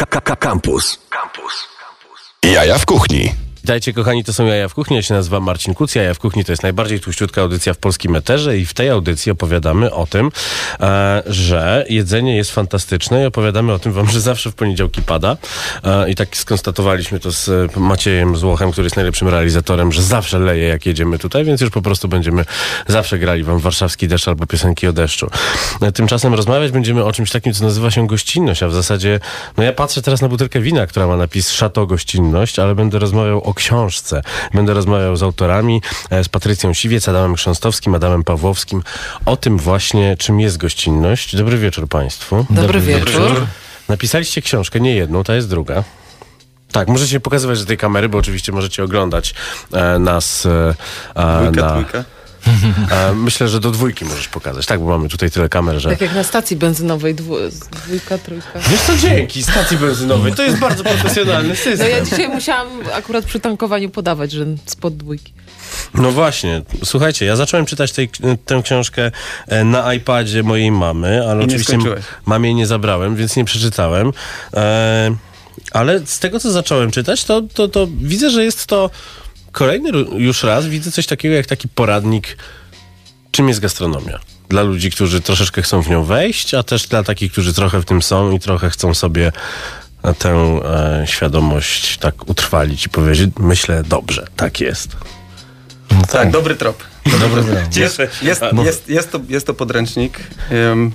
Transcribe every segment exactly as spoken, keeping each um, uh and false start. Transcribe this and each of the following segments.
Campus. Campus. Jaja w kuchni. Witajcie kochani, to są Jaja w kuchni, ja się nazywam Marcin Kuc. Jaja w kuchni to jest najbardziej tłuściutka audycja w polskim eterze i w tej audycji opowiadamy o tym, e, że jedzenie jest fantastyczne i opowiadamy o tym wam, że zawsze w poniedziałki pada e, i tak skonstatowaliśmy to z Maciejem Złochem, który jest najlepszym realizatorem, że zawsze leje jak jedziemy tutaj, więc już po prostu będziemy zawsze grali wam warszawski deszcz albo piosenki o deszczu. E, tymczasem rozmawiać będziemy o czymś takim, co nazywa się gościnność, a w zasadzie, no ja patrzę teraz na butelkę wina, która ma napis Chateau Gościnność, ale będę rozmawiał o książce. Będę rozmawiał z autorami, z Patrycją Siwiec, Adamem Chrząstowskim, Adamem Pawłowskim o tym właśnie, czym jest gościnność. Dobry wieczór Państwu. Dobry, Dobry wieczór. wieczór. Napisaliście książkę, nie jedną, ta jest druga. Tak, możecie pokazywać do tej kamery, bo oczywiście możecie oglądać e, nas e, dwójka, na... dwójka. E, myślę, że do dwójki możesz pokazać, tak, bo mamy tutaj tyle kamer, że... Tak jak na stacji benzynowej, dwu, dwójka, trójka. Wiesz co, dzięki stacji benzynowej, to jest bardzo profesjonalny system. No ja dzisiaj musiałam akurat przy tankowaniu podawać, że spod dwójki. No właśnie, słuchajcie, ja zacząłem czytać tej, tę książkę na iPadzie mojej mamy, ale I oczywiście nie mamie jej nie zabrałem, więc nie przeczytałem. E, ale z tego, co zacząłem czytać, to, to, to widzę, że jest to kolejny już raz, widzę coś takiego jak taki poradnik, czym jest gastronomia. Dla ludzi, którzy troszeczkę chcą w nią wejść, a też dla takich, którzy trochę w tym są i trochę chcą sobie tę e, świadomość tak utrwalić i powiedzieć, myślę, dobrze, tak jest. No tak. tak, dobry trop. Dobry trop. Jest, jest, jest, jest, to, jest to podręcznik. Um,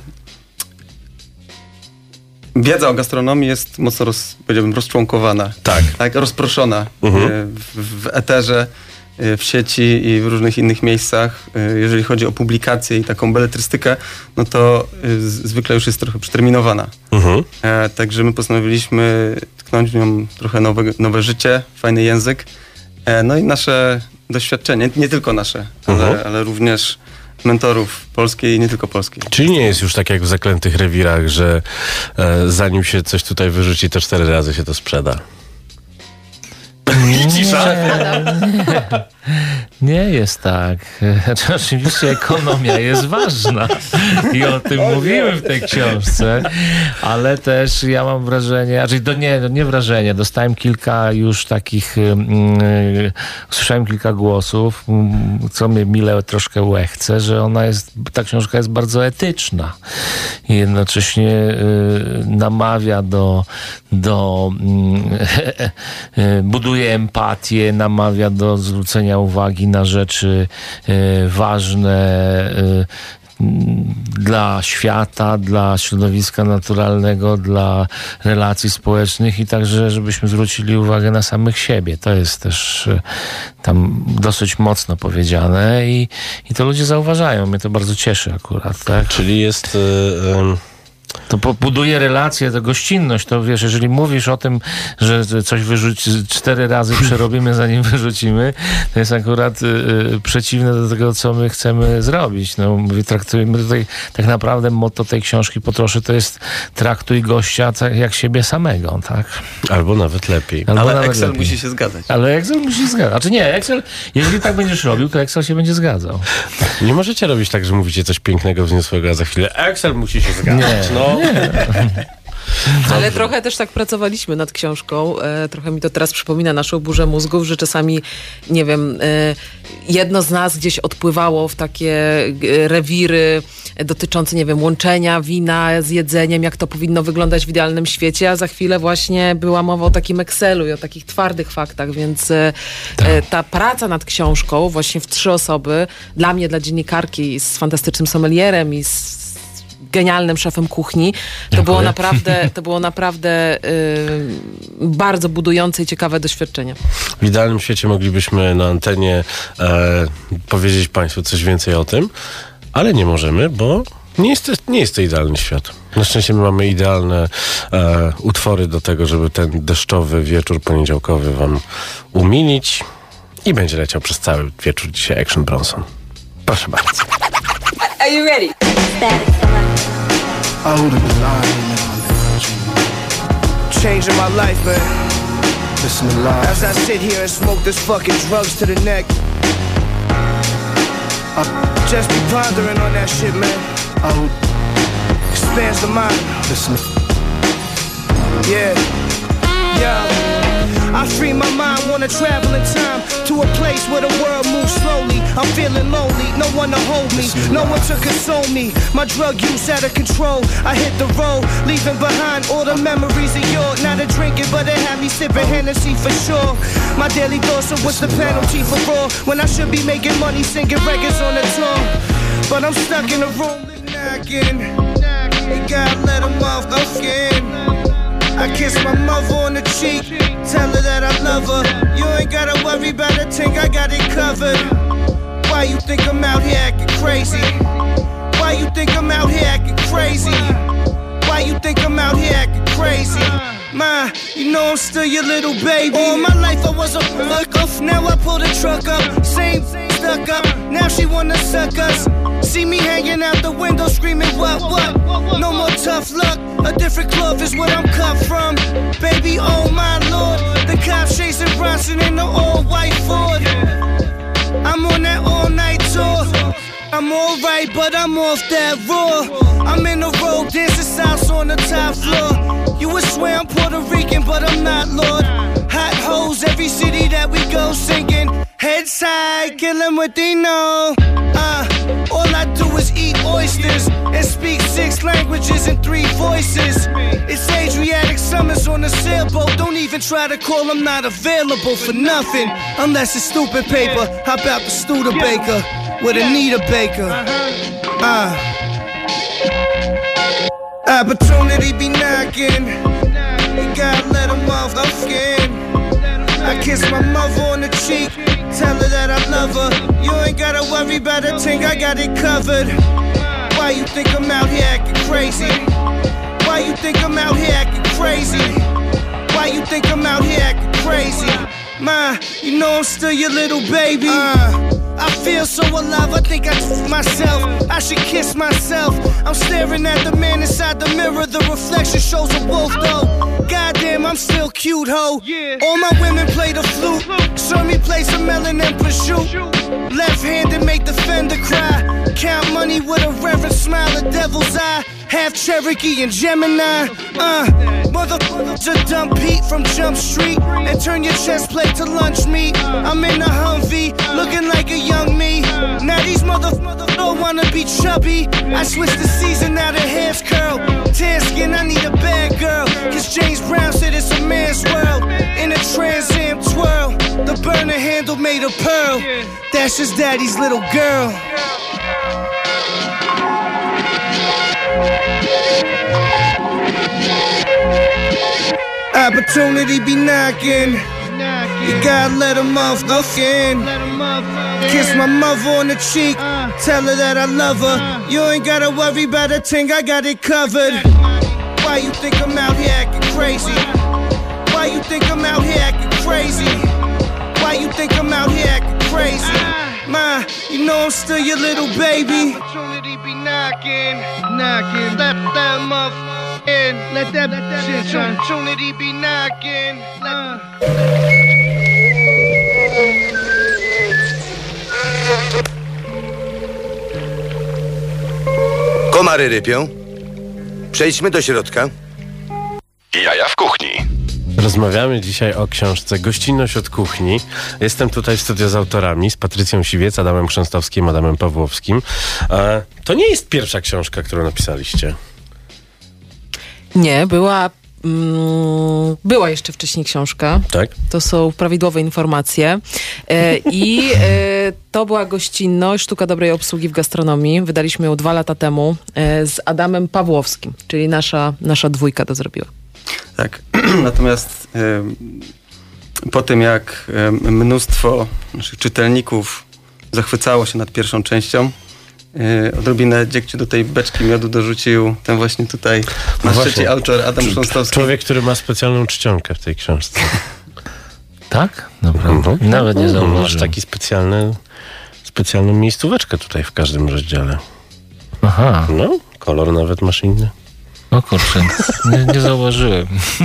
wiedza o gastronomii jest mocno roz, powiedziałbym, rozczłonkowana. Tak. tak rozproszona mhm. w, w eterze, w sieci i w różnych innych miejscach. Jeżeli chodzi o publikacje i taką beletrystykę, no to zwykle już jest trochę przeterminowana. Mhm. E, także my postanowiliśmy tknąć w nią trochę nowe, nowe życie, fajny język. E, no i nasze doświadczenie, nie tylko nasze, ale, mhm. ale również mentorów polskiej i nie tylko polskiej. Czyli nie jest już tak jak w Zaklętych Rewirach, że e, zanim się coś tutaj wyrzuci, to cztery razy się to sprzeda. Nie, Cisza. Nie, nie jest tak. Znaczy, oczywiście ekonomia jest ważna i o tym mówimy w tej książce, ale też ja mam wrażenie, znaczy to nie, nie wrażenie, dostałem kilka już takich, yy, słyszałem kilka głosów, co mnie mile troszkę łechce, że ona jest, ta książka jest bardzo etyczna i jednocześnie yy, namawia do, do yy, buduje empatię, namawia do zwrócenia uwagi na rzeczy y, ważne y, dla świata, dla środowiska naturalnego, dla relacji społecznych i także, żebyśmy zwrócili uwagę na samych siebie. To jest też y, tam dosyć mocno powiedziane i, i to ludzie zauważają. Mnie to bardzo cieszy akurat. Tak? Czyli jest... Y, y... To buduje relacje, to gościnność, to wiesz, jeżeli mówisz o tym, że coś wyrzuci, cztery razy przerobimy, zanim wyrzucimy, to jest akurat y, y, przeciwne do tego, co my chcemy zrobić. No, mówię, traktujemy tutaj, tak naprawdę motto tej książki po trosze to jest traktuj gościa tak jak siebie samego, tak? Albo nawet lepiej. Albo Ale nawet Excel lepiej. musi się zgadzać. Ale Excel musi się zgadzać. Znaczy nie, Excel, jeżeli tak będziesz robił, to Excel się będzie zgadzał. Nie możecie robić tak, że mówicie coś pięknego, wzniosłego, a za chwilę Excel musi się zgadzać. Nie. No. Ale trochę też tak pracowaliśmy nad książką. E, trochę mi to teraz przypomina naszą burzę mózgów, że czasami, nie wiem, e, jedno z nas gdzieś odpływało w takie e, rewiry dotyczące, nie wiem, łączenia wina z jedzeniem, jak to powinno wyglądać w idealnym świecie, a za chwilę właśnie była mowa o takim Excelu i o takich twardych faktach, więc e, e, ta praca nad książką właśnie w trzy osoby, dla mnie, dla dziennikarki z fantastycznym sommelierem i z genialnym szefem kuchni. To Dziękuję. było naprawdę, to było naprawdę yy, bardzo budujące i ciekawe doświadczenie. W idealnym świecie moglibyśmy na antenie e, powiedzieć Państwu coś więcej o tym, ale nie możemy, bo nie jest to, nie jest to idealny świat. Na szczęście my mamy idealne e, utwory do tego, żeby ten deszczowy wieczór poniedziałkowy wam umilić i będzie leciał przez cały wieczór dzisiaj Action Bronson. Proszę bardzo. Are you ready? I would have been lying. Changing my life, man. Listen to life. As I sit here and smoke this fucking drugs to the neck, I just be pondering on that shit, man. I would expands the mind. Listen. Yeah, yeah. I free my mind, wanna travel in time to a place where the world moves slowly. I'm feeling lonely, no one to hold me, no one to console me. My drug use out of control. I hit the road, leaving behind all the memories of yore. Not a drinking, but it had me sipping Hennessy for sure. My daily thoughts of what's the penalty for raw, when I should be making money singing records on the tour. But I'm stuck in a room knocking. You gotta let them off again. I kiss my mother on the cheek, tell her that I love her. You ain't gotta worry about a thing, I got it covered. Why you think I'm out here acting crazy? Why you think I'm out here acting crazy? Why you think I'm out here acting crazy? Ma, you know I'm still your little baby. All my life I was a fuck off, now I pull the truck up. Same stuck up, now she wanna suck us. See me hanging out the window screaming what, what? No more tough luck, a different cloth is what I'm cut from. Baby, oh my lord, the cops chasing Bronson in the all-white Ford. I'm on that all-night tour. I'm alright, but I'm off that raw. I'm in the road, dancing salsa on the top floor. You would swear I'm Puerto Rican, but I'm not, Lord. Hot hoes, every city that we go singing. Heads high, kill them what they know. Uh, all I do is eat oysters and speak six languages and three voices. It's Adriatic summers on a sailboat. Don't even try to call, I'm not available for nothing. Unless it's stupid paper. How about the Studebaker with Anita Baker? Uh, opportunity be knocking. You gotta let them off again. I kiss my mother on the cheek, tell her that I love her. You ain't gotta worry about a thing, I got it covered. Why you think I'm out here acting crazy? Why you think I'm out here acting crazy? Why you think I'm out here acting crazy? Ma, you know I'm still your little baby. Uh, I feel so alive, I think I took myself. I should kiss myself. I'm staring at the man inside the mirror. The reflection shows a wolf though. Goddamn, I'm still cute, ho. All my women play the flute. Show me play some melon and prosciutto. Left-handed make the fender cry. Count money with a reverent smile, a devil's eye. Half Cherokee and Gemini. Uh, motherfuckers to dump Pete from Jump Street and turn your chest plate to lunch meat. I'm in a Humvee, looking like a young me. Now these motherfuckers don't wanna be chubby. I switched the season, now the hair's curl. Tan skin, I need a bad girl. Cause James Brown said it's a man's world. In a Trans Am twirl, the burner handle made of pearl. That's just daddy's little girl. Opportunity be knocking. You gotta let them off again. Kiss my mother on the cheek, tell her that I love her. You ain't gotta worry about a thing, I got it covered. Why you think I'm out here acting crazy? Why you think I'm out here acting crazy? Why you think I'm out here acting crazy? Ma, you know I'm still your little baby. Opportunity be knocking, knocking. Let that motherfucker in. Let that, let that shit opportunity be knocking. Uh. Komary rypią. Przejdźmy do środka. Jaja w kuchni. Rozmawiamy dzisiaj o książce Gościnność od kuchni. Jestem tutaj w studio z autorami, z Patrycją Siwiec, Adamem Chrzęstowskim, Adamem Pawłowskim. E, to nie jest pierwsza książka, którą napisaliście. Nie, była... Mm, była jeszcze wcześniej książka. Tak? To są prawidłowe informacje. E, I e, to była Gościnność, sztuka dobrej obsługi w gastronomii. Wydaliśmy ją dwa lata temu e, z Adamem Pawłowskim, czyli nasza, nasza dwójka to zrobiła. Tak, natomiast y, po tym jak y, mnóstwo naszych czytelników zachwycało się nad pierwszą częścią, y, odrobinę dziegciu do tej beczki miodu dorzucił ten właśnie tutaj nasz no trzeci autor Adam Chrząstowski. Człowiek, który ma specjalną czcionkę w tej książce. Tak? Naprawdę. No, Nawet nie zauważyłem. Masz taki specjalny, specjalną miejscóweczkę tutaj w każdym rozdziale. Aha. No, kolor nawet masz inny. O kurczę, nie, nie zauważyłem.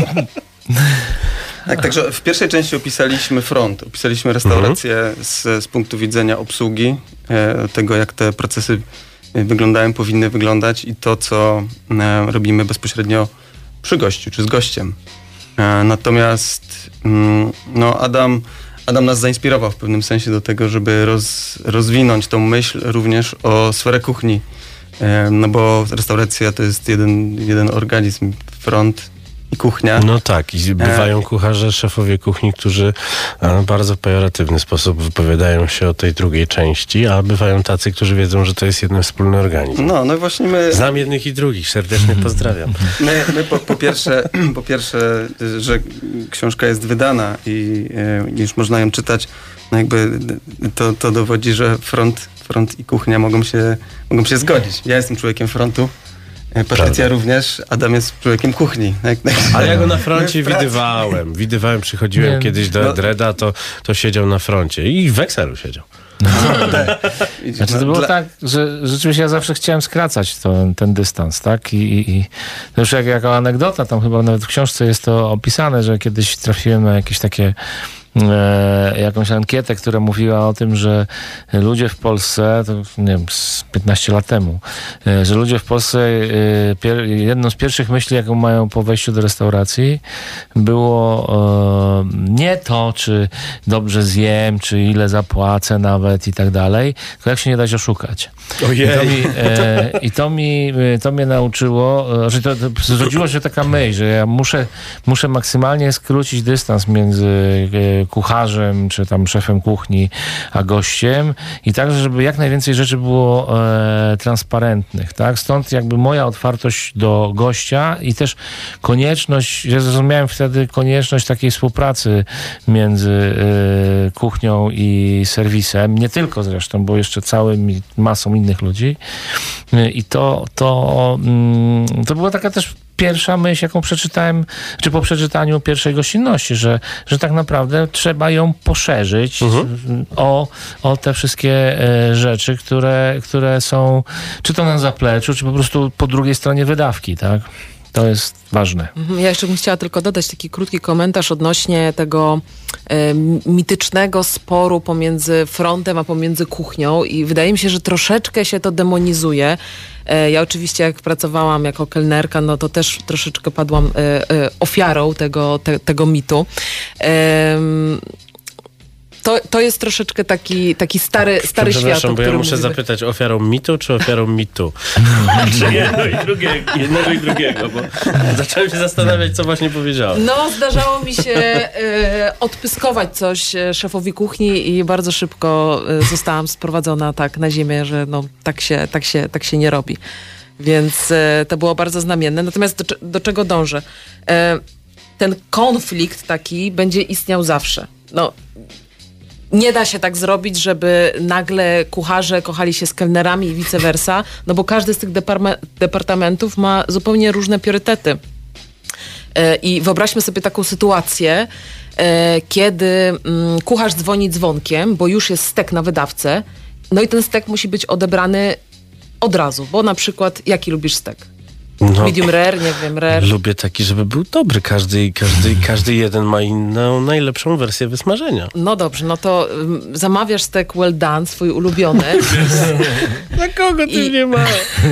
Tak, także w pierwszej części opisaliśmy front, opisaliśmy restaurację mhm. z, z punktu widzenia obsługi, e, tego jak te procesy wyglądają, powinny wyglądać i to, co e, robimy bezpośrednio przy gościu, czy z gościem. E, natomiast mm, no Adam, Adam nas zainspirował w pewnym sensie do tego, żeby roz, rozwinąć tą myśl również o sferę kuchni. E, no bo restauracja to jest jeden, jeden organizm, front i kuchnia. No tak, i bywają kucharze, szefowie kuchni, którzy w bardzo pejoratywny sposób wypowiadają się o tej drugiej części, a bywają tacy, którzy wiedzą, że to jest jeden wspólny organizm. No, no właśnie my... Znam jednych i drugich, serdecznie pozdrawiam. My, my po, po, pierwsze, po pierwsze, że książka jest wydana i e, już można ją czytać, no jakby to, to dowodzi, że front, front i kuchnia mogą się, mogą się zgodzić. Ja jestem człowiekiem frontu, Patrycja Prawda. również, Adam jest człowiekiem kuchni. Ale ja go na froncie widywałem. Widywałem, przychodziłem nie, kiedyś do no. Dreda, to, to siedział na froncie i w Wekselu siedział. No, znaczy to było Dla... tak, że rzeczywiście ja zawsze chciałem skracać to, ten dystans, tak? I, i, i to już jak, jako anegdota, tam chyba nawet w książce jest to opisane, że kiedyś trafiłem na jakieś takie E, jakąś ankietę, która mówiła o tym, że ludzie w Polsce, to nie wiem, z piętnaście lat temu, e, że ludzie w Polsce, e, pier, jedną z pierwszych myśli, jaką mają po wejściu do restauracji, było e, nie to, czy dobrze zjem, czy ile zapłacę nawet i tak dalej, tylko jak się nie dać oszukać. Ojej. I to mi, e, i to, mi to mnie nauczyło, że to, to zrodziła się taka myśl, że ja muszę, muszę maksymalnie skrócić dystans między e, kucharzem, czy tam szefem kuchni, a gościem i także, żeby jak najwięcej rzeczy było e, transparentnych, tak? Stąd jakby moja otwartość do gościa i też konieczność, ja zrozumiałem wtedy konieczność takiej współpracy między e, kuchnią i serwisem, nie tylko zresztą, bo jeszcze całym masą innych ludzi e, i to, to, mm, to była taka też pierwsza myśl, jaką przeczytałem, czy po przeczytaniu pierwszej gościnności, że, że tak naprawdę trzeba ją poszerzyć mhm. o, o te wszystkie e, rzeczy, które, które są czy to na zapleczu, czy po prostu po drugiej stronie wydawki, tak? To jest ważne. Ja jeszcze bym chciała tylko dodać taki krótki komentarz odnośnie tego e, mitycznego sporu pomiędzy frontem, a pomiędzy kuchnią i wydaje mi się, że troszeczkę się to demonizuje. E, ja oczywiście jak pracowałam jako kelnerka, no to też troszeczkę padłam e, e, ofiarą tego, te, tego mitu. E, To, to jest troszeczkę taki, taki stary, stary świat. Przepraszam, bo ja muszę mówimy. zapytać, ofiarą mitu czy ofiarą mitu? Czy jedno i drugiego, jednego i drugiego, bo zacząłem się zastanawiać, co właśnie powiedziałem. No, zdarzało mi się e, odpyskować coś szefowi kuchni i bardzo szybko e, zostałam sprowadzona tak na ziemię, że no, tak się, tak się, tak się nie robi. Więc e, to było bardzo znamienne. Natomiast do, do czego dążę? E, ten konflikt taki będzie istniał zawsze. No, nie da się tak zrobić, żeby nagle kucharze kochali się z kelnerami i vice versa, no bo każdy z tych deparma- departamentów ma zupełnie różne priorytety. E, I wyobraźmy sobie taką sytuację, e, kiedy mm, kucharz dzwoni dzwonkiem, bo już jest stek na wydawcę, no i ten stek musi być odebrany od razu, bo na przykład jaki lubisz stek? No, medium rare, nie wiem, rare. Lubię taki, żeby był dobry. Każdy, każdy, każdy jeden ma inną, najlepszą wersję wysmażenia. No dobrze, no to um, zamawiasz stek well done, swój ulubiony. Na kogo ty I, nie ma?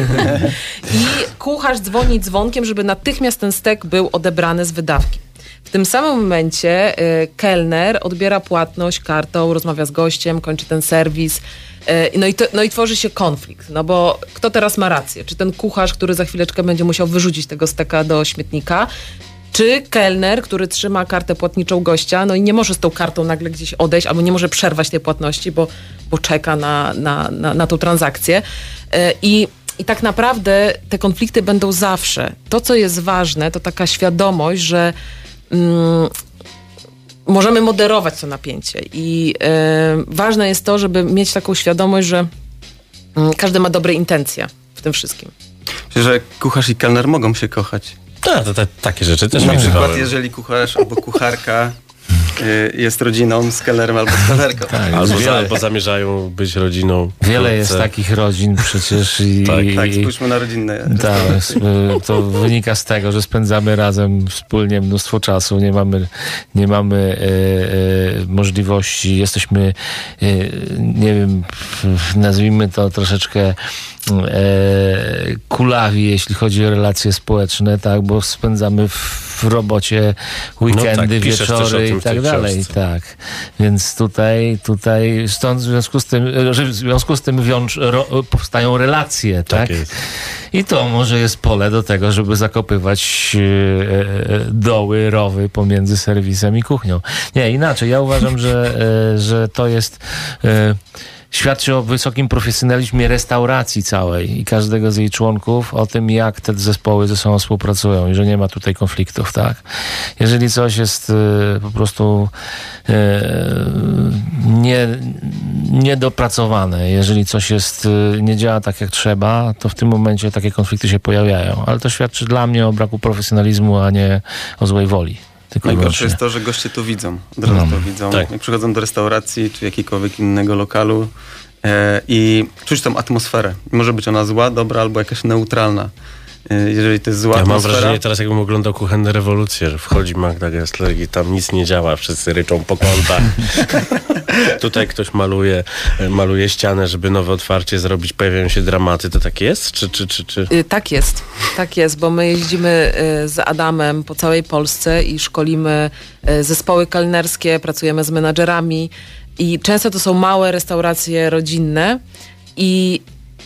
I kucharz dzwoni dzwonkiem, żeby natychmiast ten stek był odebrany z wydawki. W tym samym momencie y, kelner odbiera płatność kartą, rozmawia z gościem, kończy ten serwis. No i, to, no i tworzy się konflikt, no bo kto teraz ma rację? Czy ten kucharz, który za chwileczkę będzie musiał wyrzucić tego steka do śmietnika, czy kelner, który trzyma kartę płatniczą gościa, no i nie może z tą kartą nagle gdzieś odejść, albo nie może przerwać tej płatności, bo, bo czeka na, na, na, na tą transakcję. I, I tak naprawdę te konflikty będą zawsze. To, co jest ważne, to taka świadomość, że mm, możemy moderować to napięcie i e, ważne jest to, żeby mieć taką świadomość, że mm, każdy ma dobre intencje w tym wszystkim. Myślę, że kucharz i kelner mogą się kochać. Tak, to, to, takie rzeczy też na mi przykład, jeżeli kucharz albo kucharka y, jest rodziną z kelnerem albo z kelnerką. Tak, Albo, wiele, za, albo zamierzają być rodziną. wiele wkrótce. jest takich rodzin przecież i, Tak, i, Tak, spójrzmy na rodzinne. tak, y, to wynika z tego, że spędzamy razem wspólnie mnóstwo czasu, nie mamy, nie mamy y, y, możliwości, jesteśmy, y, nie wiem, nazwijmy to troszeczkę e, kulawi, jeśli chodzi o relacje społeczne, tak, bo spędzamy w, w robocie weekendy, No tak, piszesz też o wieczory tym i w tej tak dalej, książce. tak. Więc tutaj, tutaj stąd w związku z tym, że w związku z tym wiąż, ro, powstają relacje, tak? Tak jest. I to może jest pole do tego, żeby zakopywać e, e, doły, rowy pomiędzy serwisem i kuchnią. Nie, inaczej. Ja uważam, że, e, że to jest... E, świadczy o wysokim profesjonalizmie restauracji całej i każdego z jej członków, o tym, jak te zespoły ze sobą współpracują i że nie ma tutaj konfliktów, tak? Jeżeli coś jest y, po prostu y, nie, niedopracowane, jeżeli coś jest, y, nie działa tak, jak trzeba, to w tym momencie takie konflikty się pojawiają. Ale to świadczy dla mnie o braku profesjonalizmu, a nie o złej woli. Tylko Najgorsze wyłącznie. jest to, że goście to widzą. Od razu No. to widzą. Tak. Jak przychodzą do restauracji czy jakiegokolwiek innego lokalu e, i czuć tą atmosferę. Może być ona zła, dobra albo jakaś neutralna. E, jeżeli to jest zła Ja mam atmosfera... wrażenie teraz, jakbym oglądał Kuchenne Rewolucje, że wchodzi Magda Gessler i tam nic nie działa, wszyscy ryczą po kątach. Tutaj ktoś maluje, maluje ścianę, żeby nowe otwarcie zrobić, pojawiają się dramaty. To tak jest? Czy, czy, czy, czy? Y, Tak jest, tak jest, bo my jeździmy y, z Adamem po całej Polsce i szkolimy y, zespoły kelnerskie, pracujemy z menadżerami i często to są małe restauracje rodzinne i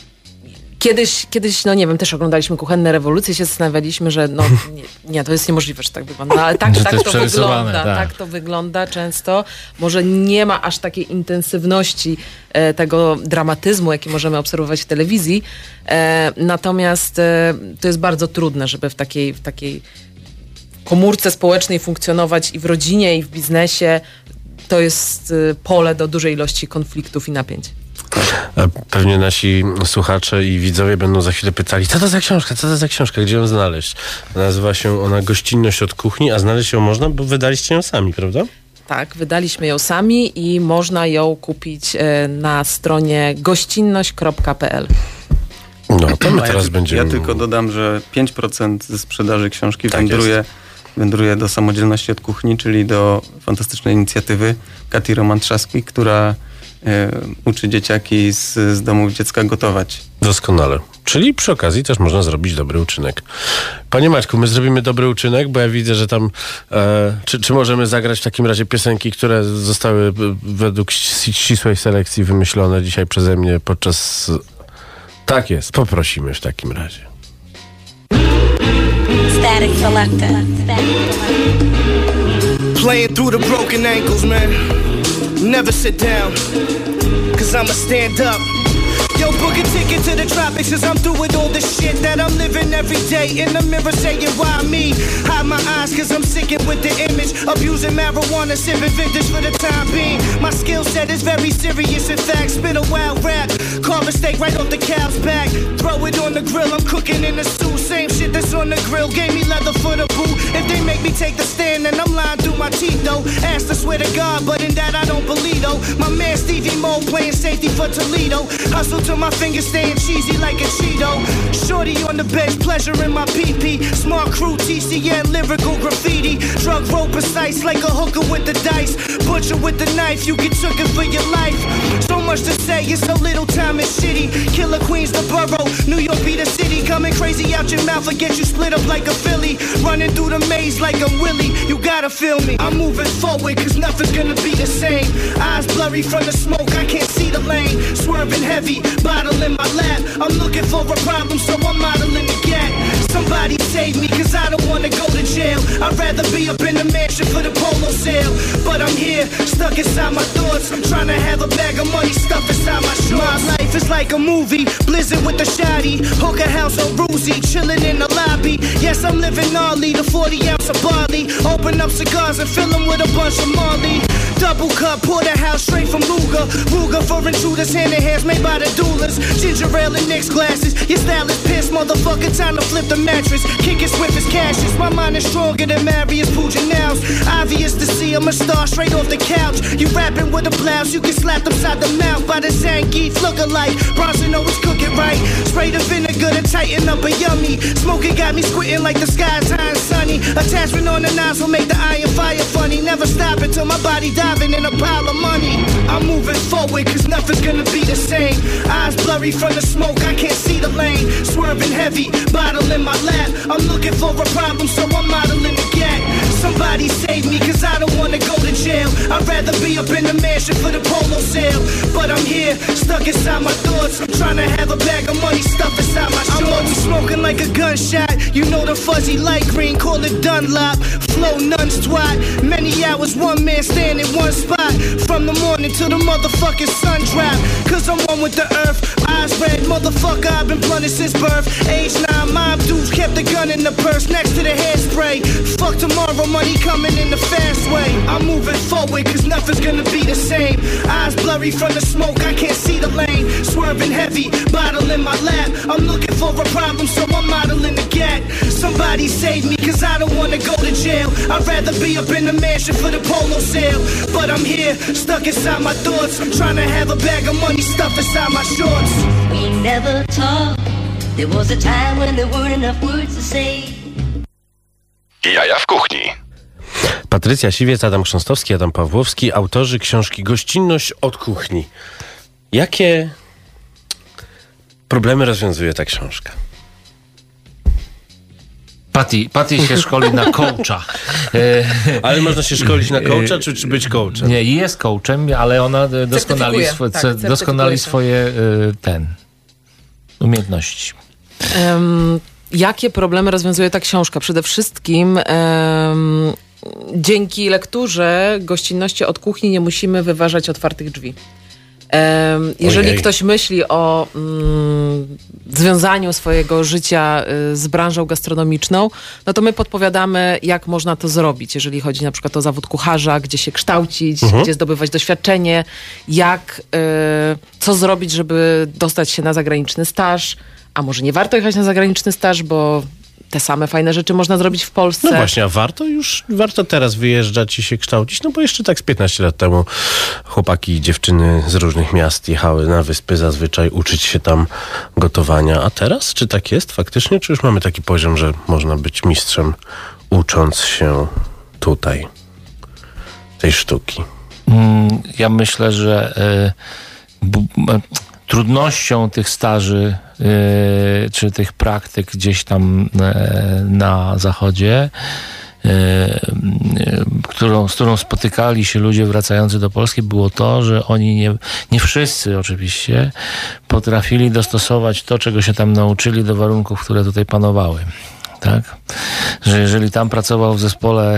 Kiedyś, kiedyś, no nie wiem, też oglądaliśmy Kuchenne Rewolucje, się zastanawialiśmy, że no nie, nie to jest niemożliwe, że tak wygląda. No, ale tak, Że to tak jest to przerysowane, wygląda, tak. tak to wygląda często. Może nie ma aż takiej intensywności e, tego dramatyzmu, jaki możemy obserwować w telewizji. E, natomiast e, to jest bardzo trudne, żeby w takiej, w takiej komórce społecznej funkcjonować i w rodzinie, i w biznesie. To jest e, pole do dużej ilości konfliktów i napięć. Pewnie nasi słuchacze i widzowie będą za chwilę pytali, co to za książka, co to za książka, gdzie ją znaleźć? Nazywa się ona Gościnność od kuchni, a znaleźć ją można, bo wydaliście ją sami, prawda? Tak, wydaliśmy ją sami i można ją kupić e, na stronie gościnność kropka p l. No, to my A teraz ja, będziemy... Ja tylko dodam, że pięć procent ze sprzedaży książki Tak wędruje, jest. wędruje do Samodzielności od kuchni, czyli do fantastycznej inicjatywy Kati Roman-Trzaski, która e, uczy dzieciaki z, z domów dziecka gotować. Doskonale. Czyli przy okazji też można zrobić dobry uczynek. Panie Maćku, my zrobimy dobry uczynek, bo ja widzę, że tam... E, czy, czy możemy zagrać w takim razie piosenki, które zostały według ścisłej selekcji wymyślone dzisiaj przeze mnie podczas... Tak jest, poprosimy w takim razie. Static Selector. Playing through the broken ankles, man. Never sit down, cause I'ma stand up. Yo, book a ticket to the tropics, cause I'm through with all the shit that I'm living every day. In the mirror saying, why me? Hide my eyes, cause I'm sicking with the image. Abusing marijuana, sipping vintage for the time being. My skill set is very serious, in fact. Spit a wild rap, carve a steak right off the cow's back. Throw it on the grill, I'm cooking in a stew. Same shit that's on the grill, gave me leather for the boot. If they make me take the stand, then I'm lying through my teeth, though. Asked to swear to God, but in that I don't believe, though. My man Stevie Mo playing safety for Toledo. Hustle till my fingers staying cheesy like a Cheeto. Shorty on the bench, pleasure in my P P. Smart crew, T C N, lyrical graffiti. Drug roll precise like a hooker with the dice. Butcher with the knife, you get took it for your life. So much to say, it's so little time is shitty. Killer Queens, the borough, New York be the city. Coming crazy out your mouth, I get you split up like a Philly. Running through the maze like I'm Willie, you gotta feel me. I'm moving forward, cause nothing's gonna be the same. Eyes blurry from the smoke, I can't see the lane. Swerving heavy, bottle in my lap. I'm looking for a problem, so I'm modeling the gap. Somebody save me, cause I don't wanna go to jail. I'd rather be up in the mansion for the polo sale. But I'm here, stuck inside my thoughts. I'm trying to have a bag of money stuffed inside my shorts. My life is like a movie, blizzard with the shoddy. Hooker house on Ruzy, chilling in the lobby. Yes, I'm living gnarly, the forty ounce of barley. Open up cigars and fill them with a bunch of Marley. Double cup, porterhouse straight from Luger. Ruger for intruders, hand in hands made by the doulas. Ginger ale and Nick's glasses. Your style is pissed, motherfucker, time to flip the mattress. Kick it swift as cashes. My mind is stronger than Marius Pujanow's. Obvious to see I'm a star straight off the couch. You rapping with a blouse, you get slapped upside the mouth by the Zangief lookalike. Bronson always cook it right. Spray the vinegar to tighten up a yummy. Smoking got me squinting like the sky's high and sunny. Attachment on the nozzle make the iron fire funny. Never stop until my body diving in a pile of money. I'm moving forward cause nothing's gonna be the same. Eyes blurry from the smoke, I can't see the lane. Swerving heavy, bottle in my lap. I'm looking for a problem, so I'm modeling the gap. Somebody save me, cause I don't wanna go to jail. I'd rather be up in the mansion for the polo sale. But I'm here, stuck inside my thoughts. I'm trying to have a bag of money stuffed inside my shorts. I'm always smoking like a gunshot. You know the fuzzy light green, call it Dunlop. Flow nuns twat. Many hours, one man stand in one spot. From the morning till the motherfucking sun drop. Cause I'm one with the earth. Eyes red, motherfucker, I've been blunted since birth. Age nine, mob dudes kept the gun in the purse next to the hairspray. Fuck tomorrow, money coming in the fast way. I'm moving forward cause nothing's gonna be the same. Eyes blurry from the smoke, I can't see the lane. Swerving heavy, bottle in my lap. I'm looking for a problem, so I'm modeling the gap. Somebody save me cause I don't wanna go to jail. I'd rather be up in the mansion for the polo sale. But I'm here, stuck inside my thoughts. I'm trying to have a bag of money stuffed inside my shorts. We never talked. There was a time when there weren't enough words to say. Jaja w kuchni. Patrycja Siwiec, Adam Chrząstowski, Adam Pawłowski, autorzy książki Gościnność od kuchni. Jakie problemy rozwiązuje ta książka? Patty, Patty się szkoli na coacha. Ale można się szkolić na coacha, czy, czy być coachem? Nie, jest coachem, ale ona doskonali, swo, tak, doskonali swoje ten umiejętności. Um, jakie problemy rozwiązuje ta książka? Przede wszystkim um, dzięki lekturze Gościnności od kuchni nie musimy wyważać otwartych drzwi. Um, jeżeli Ojej. ktoś myśli o mm, związaniu swojego życia y, z branżą gastronomiczną, no to my podpowiadamy, jak można to zrobić, jeżeli chodzi na przykład o zawód kucharza, gdzie się kształcić, Mhm. gdzie zdobywać doświadczenie, jak, y, co zrobić, żeby dostać się na zagraniczny staż, a może nie warto jechać na zagraniczny staż, bo te same fajne rzeczy można zrobić w Polsce. No właśnie, a warto już, warto teraz wyjeżdżać i się kształcić, no bo jeszcze tak z piętnaście lat temu chłopaki i dziewczyny z różnych miast jechały na wyspy zazwyczaj uczyć się tam gotowania. A teraz, czy tak jest faktycznie, czy już mamy taki poziom, że można być mistrzem ucząc się tutaj tej sztuki? Ja myślę, że y, b, b, trudnością tych staży y, czy tych praktyk gdzieś tam y, na zachodzie, y, y, którą, z którą spotykali się ludzie wracający do Polski, było to, że oni nie, nie wszyscy oczywiście potrafili dostosować to, czego się tam nauczyli, do warunków, które tutaj panowały. Tak? Że jeżeli tam pracował w zespole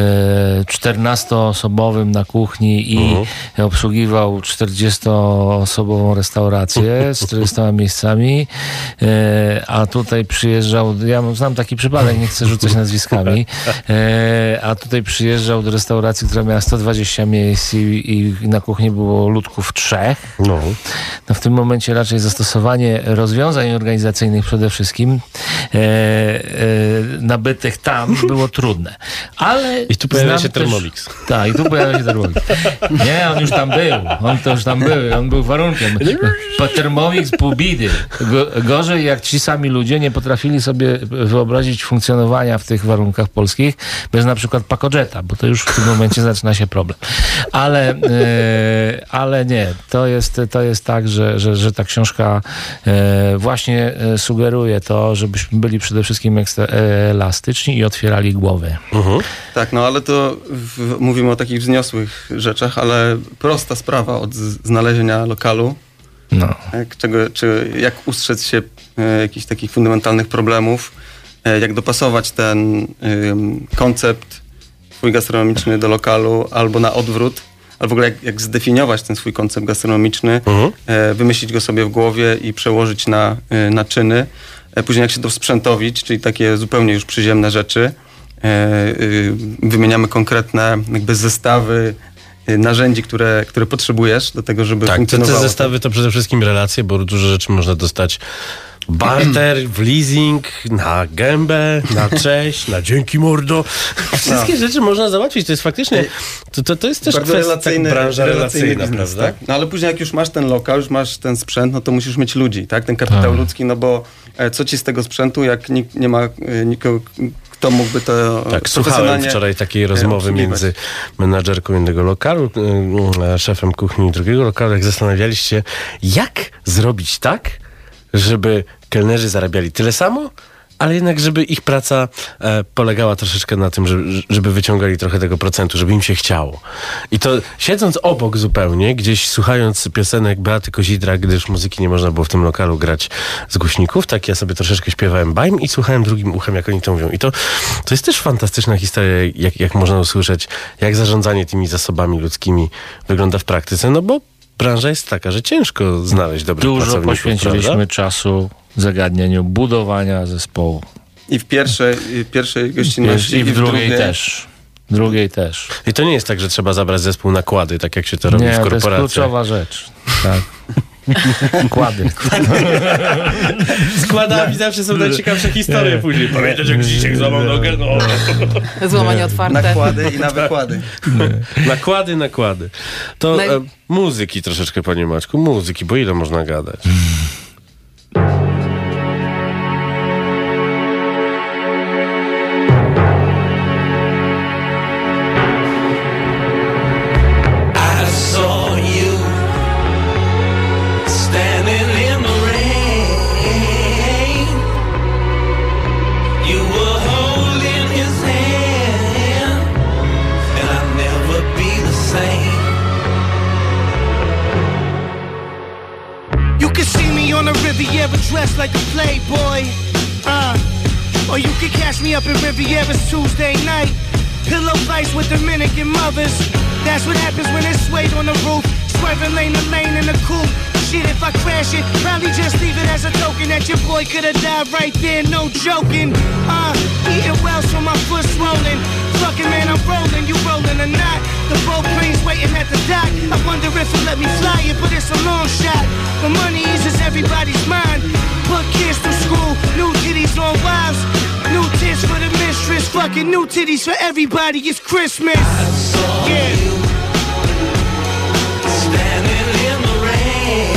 czternastoosobowym na kuchni i uh-huh. obsługiwał czterdziestoosobową restaurację z czterdziestoma miejscami, e, a tutaj przyjeżdżał, ja znam taki przypadek, nie chcę rzucać nazwiskami, e, a tutaj przyjeżdżał do restauracji, która miała sto dwadzieścia miejsc i, i na kuchni było ludków trzech. No. No w tym momencie raczej zastosowanie rozwiązań organizacyjnych przede wszystkim e, e, nabytych tam było trudne. Ale I tu pojawia się też, Thermomix. Tak, i tu pojawia się Thermomix. Nie, on już tam był. On to już tam był. On był warunkiem. Po Thermomix pół bidy. Go, gorzej jak ci sami ludzie nie potrafili sobie wyobrazić funkcjonowania w tych warunkach polskich bez na przykład Pacojetta, bo to już w tym momencie zaczyna się problem. Ale, e, ale nie. To jest, to jest tak, że, że, że ta książka e, właśnie sugeruje to, żebyśmy byli przede wszystkim ekstra, elastyczni i otwierali głowy. Uh-huh. Tak, no ale to w, mówimy o takich wzniosłych rzeczach, ale prosta sprawa od z, znalezienia lokalu, No. jak, czego, czy jak ustrzec się e, jakichś takich fundamentalnych problemów, e, jak dopasować ten e, koncept swój gastronomiczny do lokalu, albo na odwrót, albo w ogóle jak, jak zdefiniować ten swój koncept gastronomiczny, Uh-huh. e, wymyślić go sobie w głowie i przełożyć na, e, na czyny. Później jak się to sprzętowić, czyli takie zupełnie już przyziemne rzeczy, wymieniamy konkretne jakby zestawy narzędzi, które, które potrzebujesz do tego, żeby tak, funkcjonowało. Tak, te zestawy to przede wszystkim relacje, bo dużo rzeczy można dostać barter, w leasing, na gębę, na cześć, na dzięki mordo. Wszystkie no. rzeczy można załatwić. To jest faktycznie, to, to, to jest też bardzo kwestia, relacyjny, branża relacyjny relacyjna, biznes, prawda? tak? No ale później jak już masz ten lokal, już masz ten sprzęt, no to musisz mieć ludzi, tak? Ten kapitał tak. ludzki, no bo e, co ci z tego sprzętu, jak nikt nie ma e, nikogo, kto mógłby to Tak, słuchałem wczoraj takiej rozmowy między menadżerką jednego lokalu, a szefem kuchni drugiego lokalu, jak zastanawialiście, jak zrobić tak, żeby kelnerzy zarabiali tyle samo, ale jednak, żeby ich praca e, polegała troszeczkę na tym, żeby, żeby wyciągali trochę tego procentu, żeby im się chciało. I to siedząc obok zupełnie, gdzieś słuchając piosenek Beaty Kozidra, gdyż muzyki nie można było w tym lokalu grać z głośników, tak ja sobie troszeczkę śpiewałem bajm i słuchałem drugim uchem, jak oni to mówią. I to, to jest też fantastyczna historia, jak, jak można usłyszeć, jak zarządzanie tymi zasobami ludzkimi wygląda w praktyce, no bo branża jest taka, że ciężko znaleźć dobrych Dużo pracowników. poświęciliśmy prawda? czasu zagadnieniu budowania zespołu. I w pierwszej, i pierwszej gościnności, I w, i w drugiej drugiej też. Drugiej też. I to nie jest tak, że trzeba zabrać zespół na kłady, tak jak się to robi Nie, w to jest korporacjach. kluczowa rzecz. Tak. Kłady. Z kładami zawsze są najciekawsze historie później. Pamiętasz, jak Zisiek złamał nogę? No. Złamanie otwarte. nakłady i na wykłady. Nakłady, nakłady. To Naj- e, muzyki troszeczkę, panie Maćku. Muzyki, bo ile można gadać? Riviera dressed like a playboy, uh, or you can catch me up in Riviera's Tuesday night. Pillow fights with Dominican mothers. That's what happens when it's suede on the roof. Swerving lane to lane in the coupe. Shit, if I crash it, probably just leave it as a token that your boy could've died right there, no joking. Uh, eating well so my foot swollen. Fucking man, I'm rolling, you rolling or not. The boat plane's waiting at the dock. I wonder if he'll let me fly it, but it's a long shot. The money eases everybody's mind. Put kids through school, new titties on wives. New tits for the mistress, fucking new titties for everybody, it's Christmas. Yeah. Standing in the rain,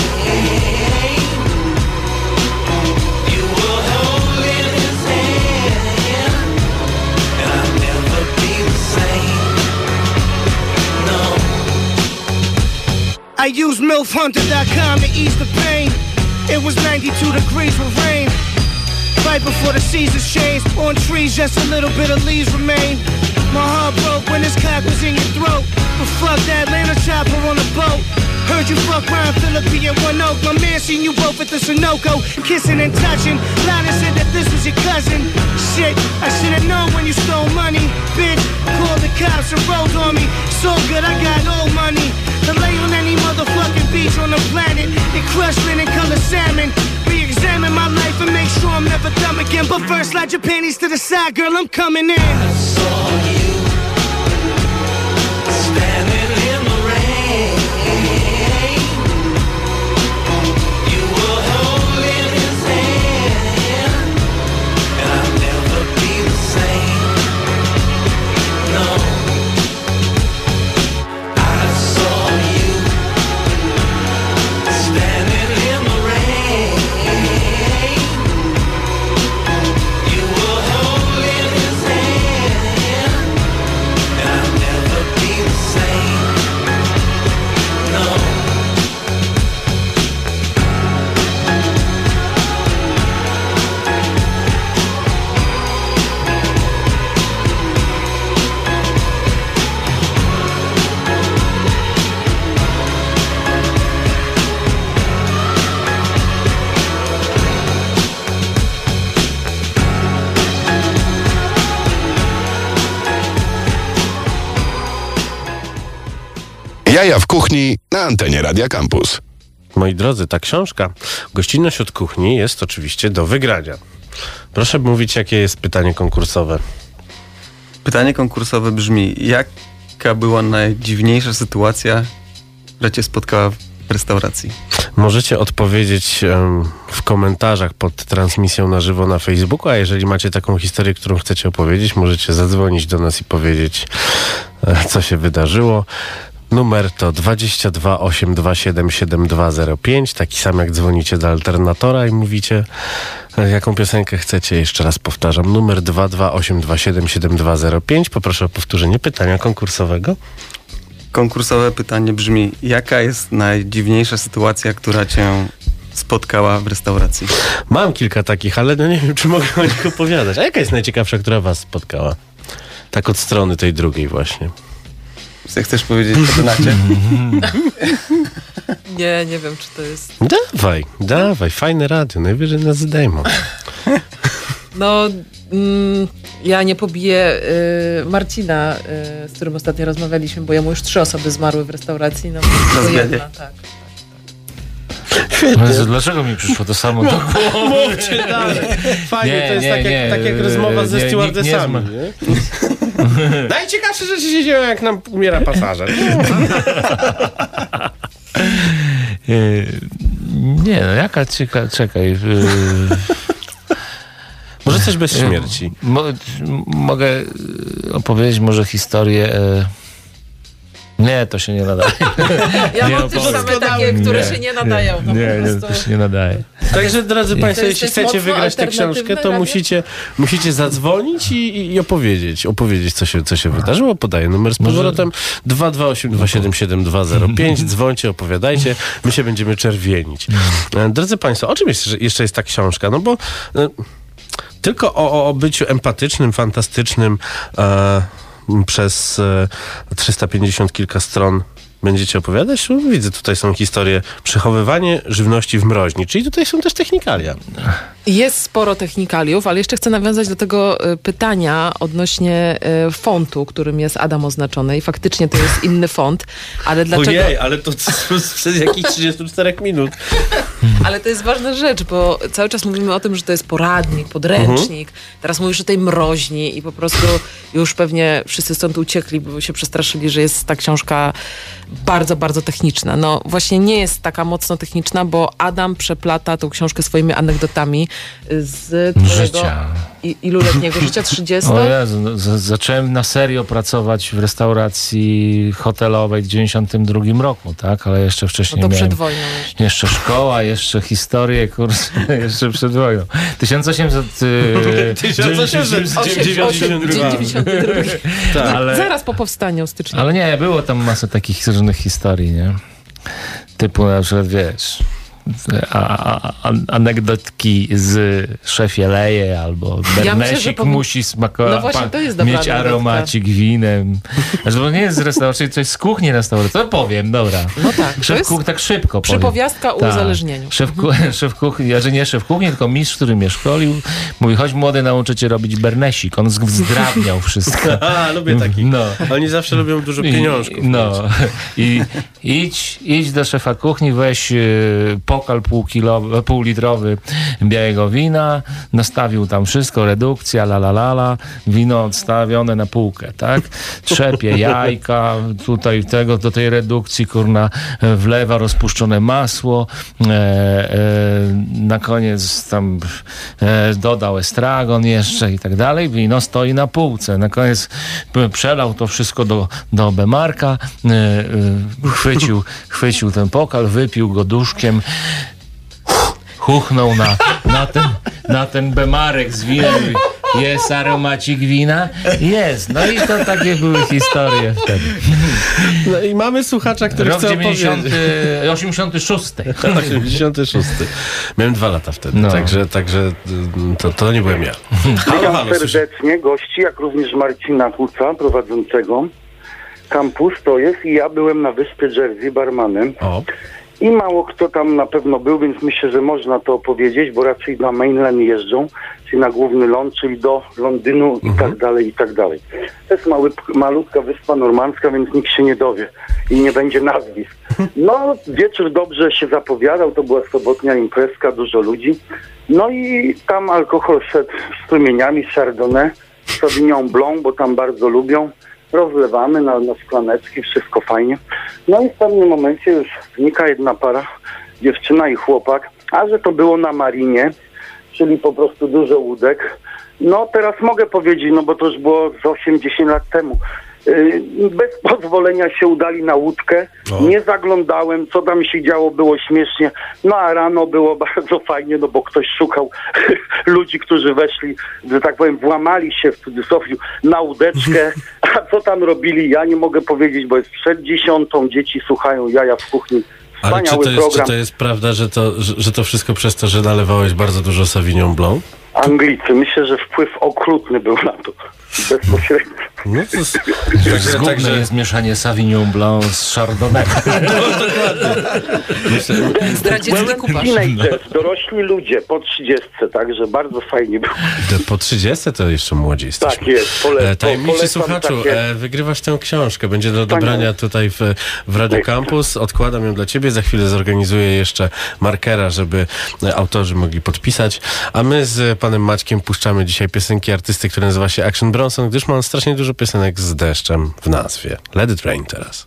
you were holding his hand, and I'll never be the same, no. I used milf hunter dot com to ease the pain. It was ninety-two degrees with rain. Right before the seasons changed, on trees just a little bit of leaves remain. My heart broke when this cock was in your throat. But fuck that Atlanta chopper on a boat. Heard you fuck Ryan Phillippe and One Oak. My man seen you both at the Sunoco, kissing and touching. Lana said that this was your cousin. Shit, I should've known when you stole money. Bitch, called the cops and rolled on me. So good, I got old money. To lay on any motherfucking beach on the planet and crush linen color salmon. Re-examine my life and make sure I'm never dumb again. But first, slide your panties to the side, girl, I'm coming in. I saw you standing in the rain. You were holding his hand, and I'll never be the same, no. I saw you standing in the rain. You were holding his hand, and I'll never be the same, no. Jaja w kuchni na antenie Radia Campus. Moi drodzy, ta książka Gościnność od kuchni jest oczywiście do wygrania. Proszę mówić, jakie jest pytanie konkursowe. Pytanie konkursowe brzmi, jaka była najdziwniejsza sytuacja, która cię spotkała w restauracji. Możecie odpowiedzieć um, w komentarzach pod transmisją na żywo na Facebooku, a jeżeli macie taką historię, którą chcecie opowiedzieć, możecie zadzwonić do nas i powiedzieć, e, co się wydarzyło. Numer to dwadzieścia dwa osiem dwa siedem siedem dwa zero pięć, taki sam jak dzwonicie do Alternatora i mówicie, e, jaką piosenkę chcecie. Jeszcze raz powtarzam, numer dwa dwa osiem dwa siedem siedem dwa zero pięć. Poproszę o powtórzenie pytania konkursowego. Konkursowe pytanie brzmi, jaka jest najdziwniejsza sytuacja, która cię spotkała w restauracji? Mam kilka takich, ale no nie wiem, czy mogę o nich opowiadać. A jaka jest najciekawsza, która was spotkała? Tak od strony tej drugiej właśnie. Chcesz powiedzieć o Donacie? Nie, nie wiem, czy to jest... Dawaj, dawaj, fajne radio, najwyżej nas zdejmą. No, mm, ja nie pobiję y, Marcina, y, z którym ostatnio rozmawialiśmy, bo jemu już trzy osoby zmarły w restauracji. No, to jedna, tak. Jezu, dlaczego mi przyszło to samo do głowy? Mówcie dalej. Fajnie, Nie, to jest nie, tak, nie, jak, tak jak rozmowa ze nie, stewardessami. nikt Nie? Najciekawsze rzeczy się dzieją, jak nam umiera pasażer. Nie, no jaka cieka... Czekaj. Yy... Może coś bez śmierci. Mo- mogę opowiedzieć może historię... Yy... Nie, to się nie nadaje. Ja nie mam też same takie, które nie. się nie nadają. No, nie, po nie, to się nie nadaje. Także, drodzy Państwo, jeśli jest chcecie mocno wygrać tę książkę, to radio? musicie, musicie zadzwonić i, i opowiedzieć, opowiedzieć co, się, co się wydarzyło. Podaję numer z powrotem dwa dwa osiem dwa siedem siedem dwa zero pięć. Dzwońcie, opowiadajcie. My się będziemy czerwienić. Drodzy Państwo, o czym jest, jeszcze jest ta książka? No bo e, tylko o, o byciu empatycznym, fantastycznym e, przez e, trzysta pięćdziesiąt kilka stron będziecie opowiadać? No, widzę, tutaj są historie przechowywanie żywności w mroźni, czyli tutaj są też technikalia. Jest sporo technikaliów, ale jeszcze chcę nawiązać do tego y, pytania odnośnie y, fontu, którym jest Adam oznaczony i faktycznie to jest inny font, ale dlaczego... Ojej, ale to przez jakieś trzydzieści cztery minut. Ale to jest ważna rzecz, bo cały czas mówimy o tym, że to jest poradnik, podręcznik. Mhm. Teraz mówisz o tej mroźni i po prostu już pewnie wszyscy stąd uciekli, bo się przestraszyli, że jest ta książka bardzo, bardzo techniczna. No właśnie nie jest taka mocno techniczna, bo Adam przeplata tą książkę swoimi anegdotami z życia. I, iluletniego życia? trzydziestu? O Jezu, no, z- zacząłem na serio pracować w restauracji hotelowej w dziewięćdziesiątym drugim roku, tak? Ale jeszcze wcześniej no to miałem... przed wojną jeszcze. Jeszcze szkoła, jeszcze historię, kurs, jeszcze przed wojną. tysiąc osiemset dziewięćdziesiąty drugi. Tak. Ale, zaraz po powstaniu stycznia. ale nie, było tam masę takich różnych historii, nie? Typu na przykład, wiesz... A, a, a, anegdotki z szefie leje albo bernecik ja musi smakować, no właśnie, to jest dobra mieć aromacik winem. Znaczy, bo nie jest z restauracji, coś z kuchni restauracji. To powiem, dobra. No tak. Szef kuchni, tak szybko powiem. Przypowiastka o tak. uzależnieniu. Szef, ku, szef kuchni, ja, że nie szef kuchni, tylko mistrz, który mnie szkolił, mówi, chodź młody, nauczę cię robić bernecik. On zdrabniał wszystko. A, lubię takich. No. Oni zawsze lubią dużo pieniążków. I, no. I idź, idź do szefa kuchni, weź y, pokal półkilowy, półlitrowy białego wina, nastawił tam wszystko, redukcja, la la la la, wino odstawione na półkę, tak? Trzepie jajka, tutaj tego, do tej redukcji, kurna, wlewa rozpuszczone masło, e, e, na koniec tam e, dodał estragon jeszcze i tak dalej, wino stoi na półce, na koniec przelał to wszystko do, do bemarka, e, e, chwycił, chwycił ten pokal, wypił go duszkiem, chuchnął na, na, ten, na ten bemarek z winem. Jest aromacik wina? Jest. No i to takie były historie wtedy. No i mamy słuchacza, który Rok chce dziewięćdziesiąty, opowiedzieć. osiemdziesiąty szósty. osiemdziesiąty szósty. Miałem dwa lata wtedy, no. także, także to, to nie byłem ja. Witam serdecznie gości, jak również Marcina Kuca, prowadzącego. Kampus to jest i ja byłem na wyspie Jersey barmanem. O. I mało kto tam na pewno był, więc myślę, że można to opowiedzieć, bo raczej na mainland jeżdżą, czyli na główny ląd, czyli do Londynu i mhm. tak dalej, i tak dalej. To jest mały, malutka wyspa normandzka, więc nikt się nie dowie i nie będzie nazwisk. No, wieczór dobrze się zapowiadał, to była sobotnia imprezka, dużo ludzi. No i tam alkohol szedł strumieniami, Chardonnay, Sauvignon Blanc, bo tam bardzo lubią. rozlewamy na, na szklaneczki, wszystko fajnie. No i w pewnym momencie już znika jedna para, dziewczyna i chłopak, a że to było na marinie, czyli po prostu dużo łódek. No teraz mogę powiedzieć, no bo to już było z osiem dziesięć lat temu. Yy, bez pozwolenia się udali na łódkę, O. nie zaglądałem, co tam się działo, było śmiesznie, no a rano było bardzo fajnie, no bo ktoś szukał ludzi, którzy weszli, że tak powiem, włamali się w cudzysłowie na łódeczkę, a co tam robili, ja nie mogę powiedzieć, bo jest przed dziesiątą, dzieci słuchają Jaja w kuchni. Ale czy Wspaniały to, jest, czy program. to jest prawda, że to, że, że to wszystko przez to, że nalewałeś bardzo dużo Sauvignon Blanc? Anglicy, myślę, że wpływ okrutny był na to, bezpośrednio. No to jest, Zgubne także, jest mieszanie Sauvignon Blanc z Chardonnay. Zdradziecki kupasz. Teenagers, dorośli ludzie po trzydziestce, także bardzo fajnie było. po trzydziestce to jeszcze młodzi jesteśmy. Tak jest, pole, E, Tajemniczy polecam słuchaczu, takie- e, wygrywasz tę książkę. Będzie do Wspaniale. odebrania tutaj w, w Radio Ekstra. Campus. Odkładam ją dla ciebie. Za chwilę zorganizuję jeszcze markera, żeby e, autorzy mogli podpisać. A my z panem Maćkiem puszczamy dzisiaj piosenki artysty, który nazywa się Action Bronson, gdyż ma on strasznie dużo piosenek z deszczem w nazwie. Let it rain teraz.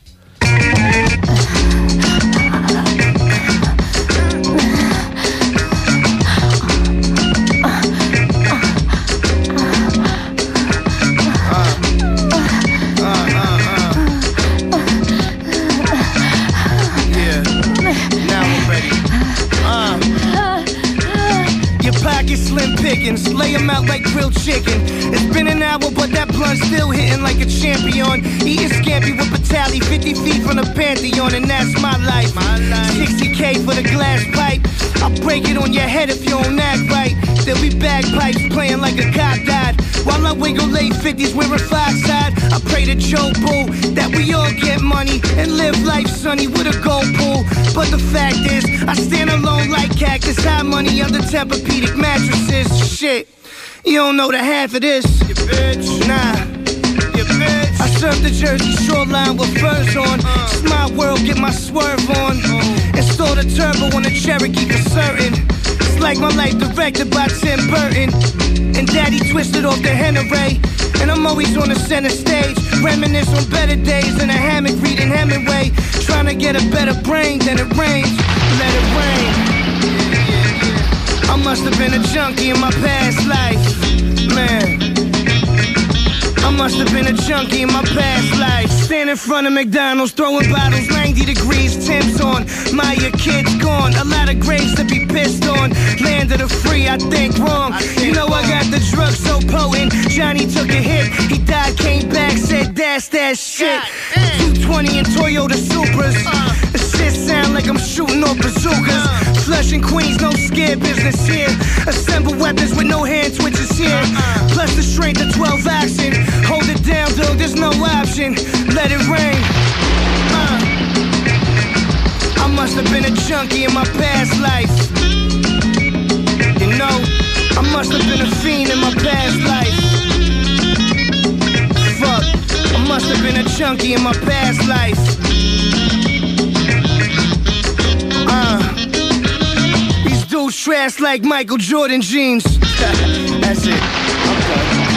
Slim pickings, lay them out like grilled chicken. It's been an hour, but that blunt's still hitting like a champion. Eating scampi with Batali, fifty feet from the Pantheon, and that's my life. sixty K for the glass pipe. I'll break it on your head if you don't act right. There'll be bagpipes playing like a cop died. While I wiggle late fifties wearing five side, I pray to Joe Bull that we all get money and live life sunny with a gold pool. But the fact is, I stand alone like cactus, high money under Tempur-Pedic mattresses. Shit, you don't know the half of this, you bitch. Nah, you bitch. I surf the Jersey shoreline with furs on. It's my world, get my swerve on. Install the turbo on the Cherokee for certain. It's like my life directed by Tim Burton. And daddy twisted off the Henry. And I'm always on the center stage, reminisce on better days in a hammock reading Hemingway. Trying to get a better brain than it rains. Let it rain. I must have been a junkie in my past life, man. I must have been a junkie in my past life. Stand in front of McDonald's, throwing bottles, ninety degrees, Tim's on. My your kid's gone, a lot of graves to be pissed on. Land of the free, I think wrong. You know I got the drugs so potent. Johnny took a hit, he died, came back, said that's that shit. two twenty and Toyota Supras. The shit sound like I'm shooting off bazookas. Flushing Queens, no scare business here. Assemble weapons with no hand twitches here. Plus the strength of twelve action. Hold it down, though, there's no option. Let it rain. Uh. I must have been a junkie in my past life. You know, I must have been a fiend in my past life. Fuck, I must have been a junkie in my past life. Uh. These dudes trash like Michael Jordan jeans. That's it. I'm done.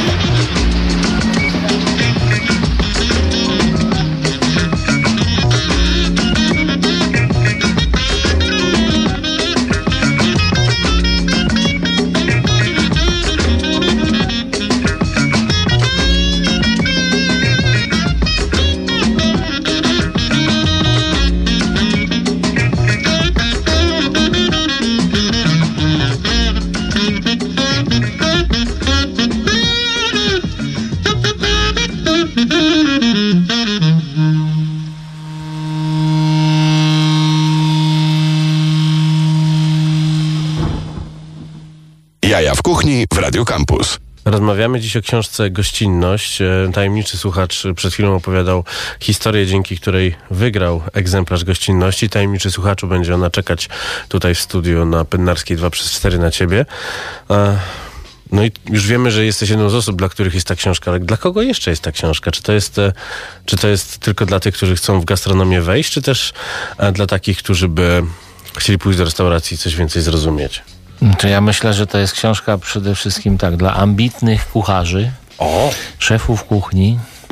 Jaja w kuchni w Radio Campus. Rozmawiamy dziś o książce Gościnność. Tajemniczy słuchacz przed chwilą opowiadał historię, dzięki której wygrał egzemplarz Gościnności. Tajemniczy słuchaczu, będzie ona czekać tutaj w studiu na Pennarskiej dwa przez cztery na ciebie. No i już wiemy, że jesteś jedną z osób, dla których jest ta książka, ale dla kogo jeszcze jest ta książka? Czy to jest, czy to jest tylko dla tych, którzy chcą w gastronomię wejść, czy też dla takich, którzy by chcieli pójść do restauracji i coś więcej zrozumieć? To ja myślę, że to jest książka przede wszystkim tak dla ambitnych kucharzy, o. szefów kuchni,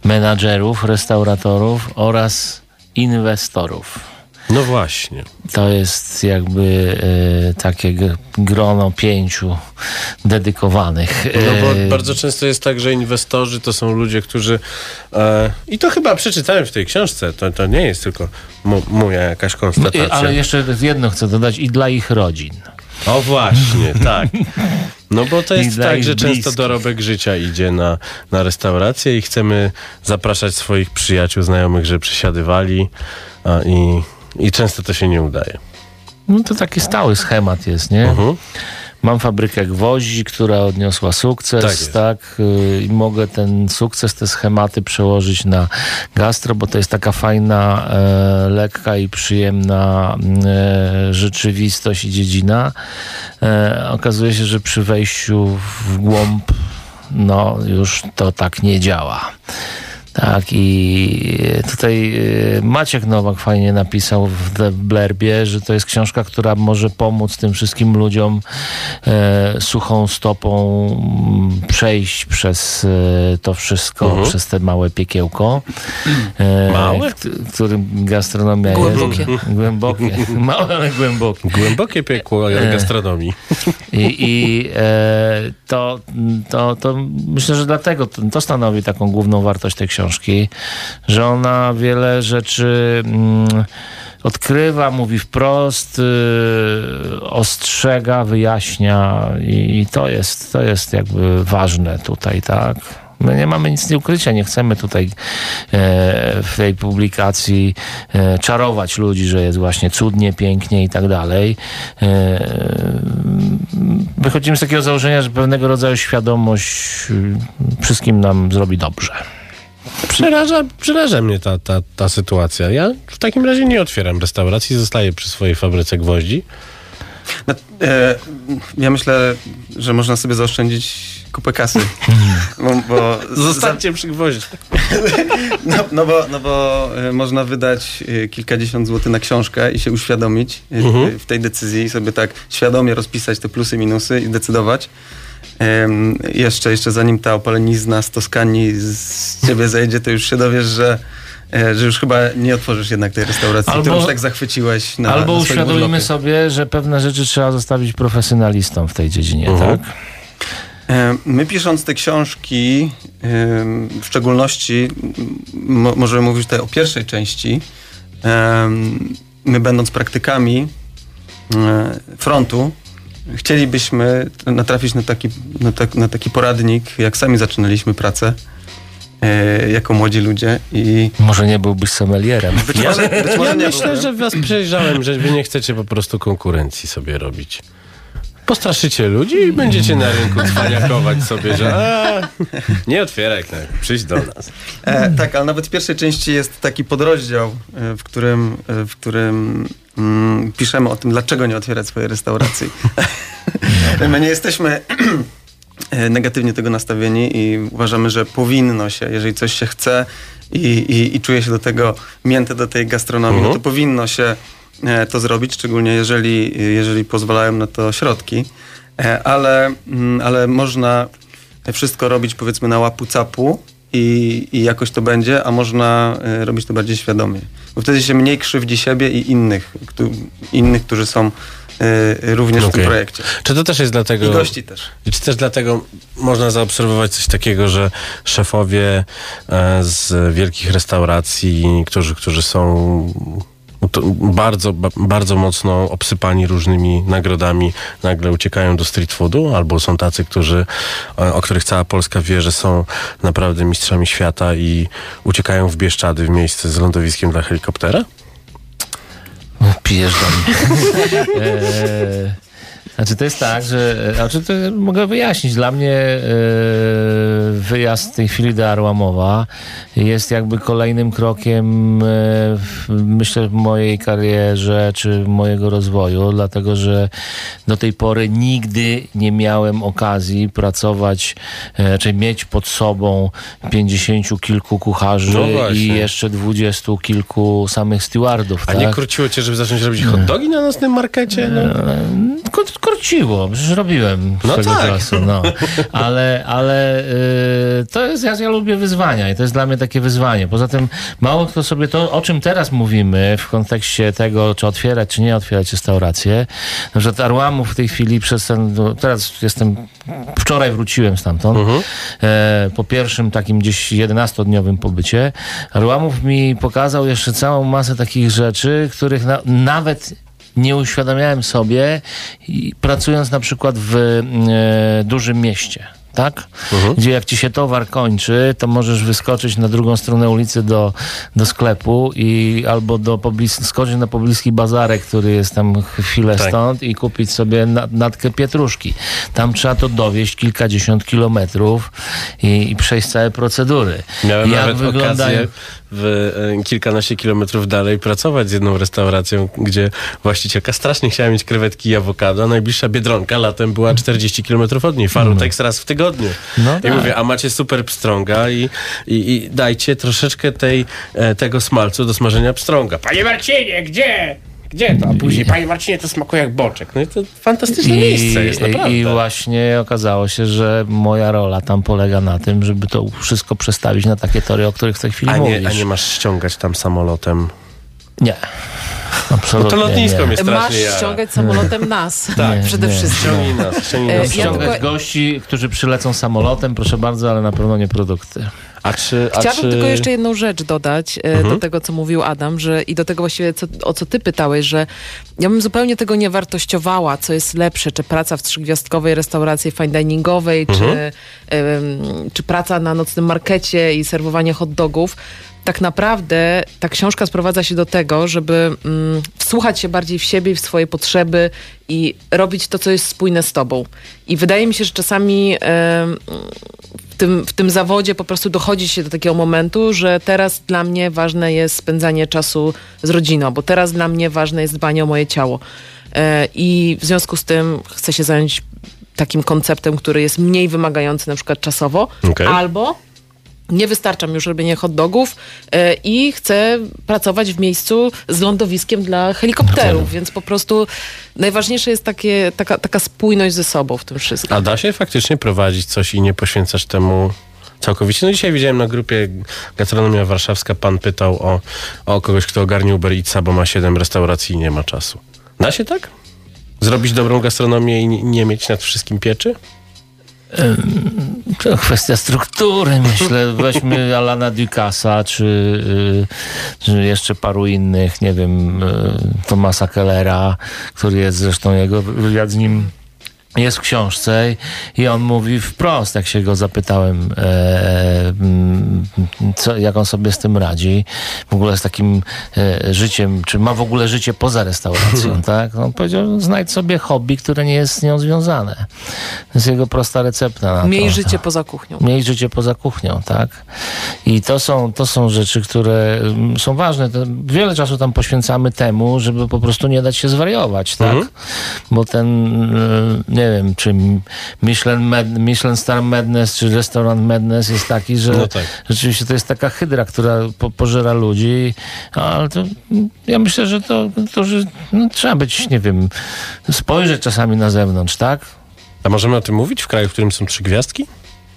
menadżerów, restauratorów oraz inwestorów. No właśnie. To jest jakby e, takie g- grono pięciu dedykowanych. No bo E, bardzo często jest tak, że inwestorzy to są ludzie, którzy e, i to chyba przeczytałem w tej książce, to, to nie jest tylko mu, moja jakaś konstatacja. ale jeszcze jedno chcę dodać, i dla ich rodzin. O właśnie, tak. No bo to I jest dla tak, ich że często bliskich. dorobek życia idzie na, na restaurację i chcemy zapraszać swoich przyjaciół, znajomych, że przysiadywali a, i, i często to się nie udaje. No to taki stały schemat jest, nie? Mhm. Mam fabrykę gwoździ, która odniosła sukces, Tak jest. tak? y, I mogę ten sukces, te schematy przełożyć na gastro, bo to jest taka fajna, e, lekka i przyjemna e, rzeczywistość i dziedzina. E, okazuje się, że przy wejściu w głąb, no już to tak nie działa. Tak, i tutaj y, Maciek Nowak fajnie napisał w The Blerbie, że to jest książka, która może pomóc tym wszystkim ludziom e, suchą stopą m, przejść przez e, to wszystko, Mhm. przez te małe piekiełko. E, Małe? k- którym gastronomia Głębokie. jest. Głębokie. Małe, ale głębokie. Głębokie piekło gastronomii. I, i e, to, to, to myślę, że dlatego to, to stanowi taką główną wartość tej książki, że ona wiele rzeczy mm, odkrywa, mówi wprost, y, ostrzega, wyjaśnia i, i to jest, to jest jakby ważne tutaj, tak? My nie mamy nic do ukrycia, nie chcemy tutaj e, w tej publikacji e, czarować ludzi, że jest właśnie cudnie, pięknie i tak dalej. E, wychodzimy z takiego założenia, że pewnego rodzaju świadomość y, wszystkim nam zrobi dobrze. Przeraża, przeraża mnie ta, ta, ta sytuacja. Ja w takim razie nie otwieram restauracji, zostaję przy swojej fabryce gwoździ. No, e, ja myślę, że można sobie zaoszczędzić kupę kasy. Bo, bo Zostańcie przy gwoździ. No, no, bo, no bo e, można wydać e, kilkadziesiąt złotych na książkę i się uświadomić e, Mhm. w tej decyzji i sobie tak świadomie rozpisać te plusy, minusy i decydować. Em, jeszcze, jeszcze zanim ta opalenizna z Toskanii z ciebie zejdzie, to już się dowiesz, że, e, że już chyba nie otworzysz jednak tej restauracji, Albo- którą już tak zachwyciłeś na Albo na swoim uświadomimy urlopie. sobie, że pewne rzeczy trzeba zostawić profesjonalistom w tej dziedzinie, Mhm. tak? E, My pisząc te książki, em, w szczególności mo- możemy mówić tutaj o pierwszej części, em, my będąc praktykami e, frontu, chcielibyśmy natrafić na taki, na, tak, na taki poradnik, jak sami zaczynaliśmy pracę e, jako młodzi ludzie i Może nie byłbyś sommelierem. być może, być może Ja nie myślę, byłbym. że was przejrzałem, że wy nie chcecie po prostu konkurencji sobie robić. Postraszycie ludzi i będziecie na rynku cwaniakować sobie, że a, nie otwieraj, tak, przyjdź do nas. E, tak, ale nawet w pierwszej części jest taki podrozdział, e, w którym, e, w którym mm, piszemy o tym, dlaczego nie otwierać swojej restauracji. My nie jesteśmy e, negatywnie tego nastawieni i uważamy, że powinno się, jeżeli coś się chce i, i, i czuje się do tego mięte do tej gastronomii, Mhm. no to powinno się e, to zrobić, szczególnie jeżeli, jeżeli pozwalają na to środki. E, ale, mm, ale można wszystko robić powiedzmy na łapu capu i, i jakoś to będzie, a można e, robić to bardziej świadomie. Bo wtedy się mniej krzywdzi siebie i innych, któ- innych którzy są e, również w tym Okej. projekcie. Czy to też jest dlatego... I gości też. I czy też dlatego można zaobserwować coś takiego, że szefowie e, z wielkich restauracji, którzy, którzy są to bardzo, ba, bardzo mocno obsypani różnymi nagrodami, nagle uciekają do street foodu, albo są tacy, którzy, e, o których cała Polska wie, że są naprawdę mistrzami świata i uciekają w Bieszczady, w miejsce z lądowiskiem dla helikoptera? Pijesz do mnie. e, znaczy to jest tak, że... Znaczy to mogę wyjaśnić. Dla mnie e, wyjazd w tej chwili do Arłamowa jest jakby kolejnym krokiem e, w, myślę w mojej karierze czy mojego rozwoju, dlatego że do tej pory nigdy nie miałem okazji pracować, e, czy mieć pod sobą pięćdziesięciu kilku kucharzy No właśnie. i jeszcze dwudziestu kilku samych stewardów. A tak? nie króciło cię, żeby zacząć robić hot dogi na nocnym markecie? No. E, Kor- korciło, przecież robiłem No swego tak. czasu, no. Ale, ale yy, to jest, ja, ja lubię wyzwania i to jest dla mnie takie wyzwanie. Poza tym mało kto sobie to, o czym teraz mówimy w kontekście tego, czy otwierać, czy nie otwierać restaurację, że Arłamów w tej chwili przez ten, no, teraz jestem, wczoraj wróciłem stamtąd, Mhm. e, po pierwszym takim gdzieś jedenastodniowym pobycie, Arłamów mi pokazał jeszcze całą masę takich rzeczy, których na, nawet nie uświadamiałem sobie, i pracując na przykład w e, dużym mieście. Tak? Mhm. Gdzie jak ci się towar kończy, to możesz wyskoczyć na drugą stronę ulicy do, do sklepu i albo do poblis- skoczyć na pobliski bazarek, który jest tam chwilę Tak. stąd i kupić sobie na, natkę pietruszki. Tam trzeba to dowieźć kilkadziesiąt kilometrów i, i przejść całe procedury. Miałem Jak nawet wyglądają- okazję w e, kilkanaście kilometrów dalej pracować z jedną restauracją, gdzie właścicielka strasznie chciała mieć krewetki i awokado, a najbliższa Biedronka latem była czterdzieści kilometrów od niej. Farutex raz w tygodniu. No I tak. mówię, a macie super pstrąga i, i, i dajcie troszeczkę tej, e, tego smalcu do smażenia pstrąga. Panie Marcinie, gdzie? Gdzie to? A później, panie Marcinie, to smakuje jak boczek. No i to fantastyczne miejsce jest, naprawdę. I właśnie okazało się, że moja rola tam polega na tym, żeby to wszystko przestawić na takie tory, o których w tej chwili a, mówisz. nie, a nie masz ściągać tam samolotem? Nie. Bo Absolutnie to lotnisko nie. mnie strasznie Masz jara. ściągać samolotem nas. Tak, przede nie. wszystkim. Ściągnij nas, ściągnij E, nas. ja Ściągać tylko- gości, którzy przylecą samolotem, proszę bardzo, ale na pewno nie produkty. A czy, a Chciałabym czy... tylko jeszcze jedną rzecz dodać e, do tego, co mówił Adam, że i do tego właściwie, co, o co ty pytałeś, że ja bym zupełnie tego nie wartościowała, co jest lepsze, czy praca w trzygwiazdkowej restauracji fine diningowej, czy, em, czy praca na nocnym markecie i serwowanie hot dogów. Tak naprawdę ta książka sprowadza się do tego, żeby mm, wsłuchać się bardziej w siebie i w swoje potrzeby i robić to, co jest spójne z tobą. I wydaje mi się, że czasami em, w tym, w tym zawodzie po prostu dochodzi się do takiego momentu, że teraz dla mnie ważne jest spędzanie czasu z rodziną, bo teraz dla mnie ważne jest dbanie o moje ciało. E, I w związku z tym chcę się zająć takim konceptem, który jest mniej wymagający na przykład czasowo, Okej. albo nie wystarcza mi już robienie hot dogów e, i chcę pracować w miejscu z lądowiskiem dla helikopterów, więc po prostu najważniejsze jest takie, taka, taka spójność ze sobą w tym wszystkim. A da się faktycznie prowadzić coś i nie poświęcasz temu całkowicie? No dzisiaj widziałem na grupie Gastronomia Warszawska, pan pytał o, o kogoś, kto ogarnie Uber Eatsa, bo ma siedem restauracji i nie ma czasu. Da się tak? Zrobić dobrą gastronomię i nie- nie mieć nad wszystkim pieczy? To kwestia struktury, myślę. Weźmy Alana Ducasa, czy, y, czy jeszcze paru innych, nie wiem, y, Thomasa Kellera, który jest zresztą, jego wywiad z nim jest w książce i on mówi wprost, jak się go zapytałem, e, mm, co, jak on sobie z tym radzi, w ogóle z takim e, życiem, czy ma w ogóle życie poza restauracją, tak? On powiedział, znajdź sobie hobby, które nie jest z nią związane. To jest jego prosta recepta na to. Miej życie poza kuchnią. Miej życie poza kuchnią, tak? I to są, to są rzeczy, które mm, są ważne. To wiele czasu tam poświęcamy temu, żeby po prostu nie dać się zwariować, tak? Mhm. Bo ten, y, nie wiem, czy Michelin, Med, Michelin Star Madness, czy Restaurant Madness jest taki, że No tak. rzeczywiście to jest taka hydra, która po, pożera ludzi, ale to mm, ja myślę, że to, to że, no, trzeba być, nie wiem, spojrzeć czasami na zewnątrz, tak? A możemy o tym mówić w kraju, w którym są trzy gwiazdki?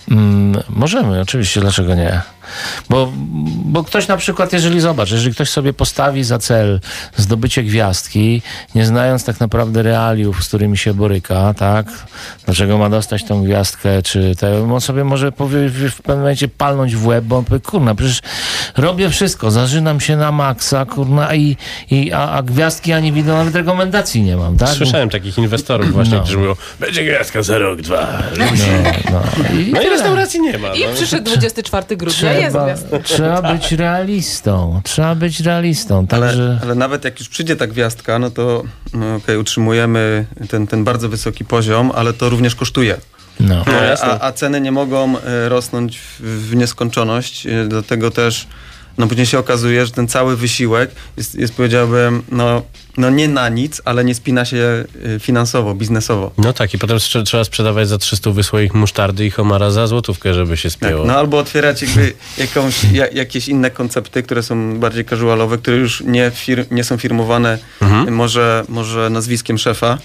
Mm, możemy, oczywiście, dlaczego nie? Bo, bo ktoś na przykład, jeżeli zobacz, jeżeli ktoś sobie postawi za cel zdobycie gwiazdki, nie znając tak naprawdę realiów, z którymi się boryka, tak? Dlaczego ma dostać tą gwiazdkę, czy te, on sobie może powie, w pewnym momencie palnąć w łeb, bo on powie, kurna, przecież robię wszystko, zażynam się na maksa, kurna, i, i, a, a gwiazdki ani widzę, nawet rekomendacji nie mam, tak? Słyszałem takich inwestorów właśnie, No. którzy mówią, będzie gwiazdka za rok, dwa. No, no. I No i tyle. restauracji nie ma. I no. przyszedł dwudziestego czwartego grudnia, jest Trzeba, gwiazda. trzeba być realistą. Trzeba być realistą. Ale, Także ale nawet jak już przyjdzie ta gwiazdka, no to no okej, utrzymujemy ten, ten bardzo wysoki poziom, ale to również kosztuje. no. No E, jasne. a, a ceny nie mogą e, rosnąć w, w nieskończoność, e, dlatego też no później się okazuje, że ten cały wysiłek jest, jest powiedziałbym, no, no nie na nic, ale nie spina się e, finansowo, biznesowo. No tak, i potem strze- trzeba sprzedawać za trzysta słoik musztardy i homara za złotówkę, żeby się Tak, spięło. no albo otwierać jakby jakąś, ja, jakieś inne koncepty, które są bardziej casualowe, które już nie, fir, nie są firmowane Mhm. może, może nazwiskiem szefa,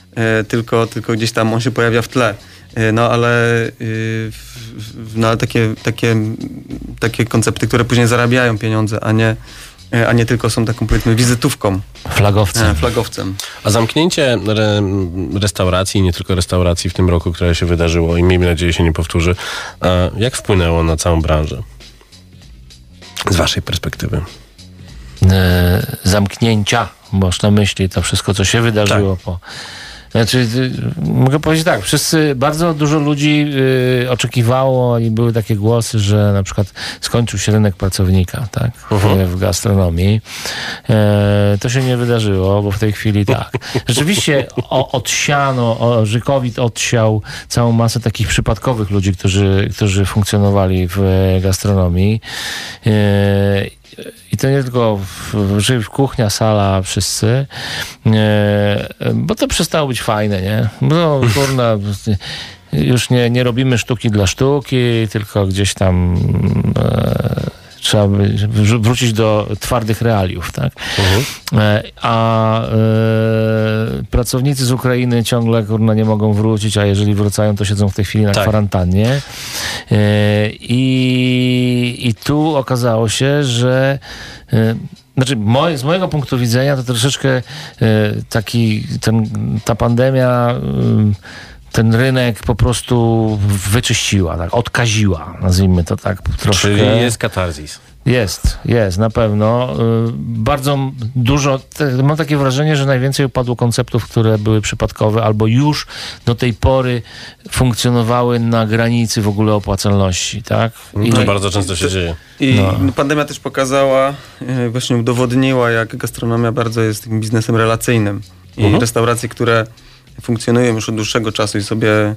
e, tylko, tylko gdzieś tam on się pojawia w tle. E, no ale, y, w, no, ale takie, takie, takie koncepty, które później zarabiają pieniądze, a nie, a nie tylko są taką, powiedzmy, wizytówką. Flagowcem. E, flagowcem. A zamknięcie re, restauracji, nie tylko restauracji w tym roku, które się wydarzyło i miejmy nadzieję się nie powtórzy, e, jak wpłynęło na całą branżę? Z waszej perspektywy. E, zamknięcia, masz na myśli to wszystko, co się wydarzyło tak. po... Znaczy, y, mogę powiedzieć tak, wszyscy, bardzo dużo ludzi y, oczekiwało i były takie głosy, że na przykład skończył się rynek pracownika, tak, uh-huh. w, w gastronomii. E, to się nie wydarzyło, bo w tej chwili tak. Rzeczywiście o, odsiano, o, że COVID odsiał całą masę takich przypadkowych ludzi, którzy, którzy funkcjonowali w gastronomii. E, I to nie tylko w, w kuchnia, sala, wszyscy, e, bo to przestało być fajne, nie? No, kurna, już nie, nie robimy sztuki dla sztuki, tylko gdzieś tam e, trzeba by wrócić do twardych realiów, tak? Uh-huh. E, a e, pracownicy z Ukrainy ciągle, kurna, nie mogą wrócić, a jeżeli wracają, to siedzą w tej chwili na tak. kwarantannie. E, i, I tu okazało się, że e, znaczy, moj, z mojego punktu widzenia to troszeczkę e, taki, ten, ta pandemia e, ten rynek po prostu wyczyściła, tak, odkaziła, nazwijmy to tak troszkę. Czyli jest katarzis. Jest, jest, na pewno. Bardzo dużo, mam takie wrażenie, że najwięcej upadło konceptów, które były przypadkowe albo już do tej pory funkcjonowały na granicy w ogóle opłacalności, tak? I to bardzo często się dzieje. I no. pandemia też pokazała, właśnie udowodniła, jak gastronomia bardzo jest takim biznesem relacyjnym. I uh-huh. restauracje, które funkcjonują już od dłuższego czasu i sobie y,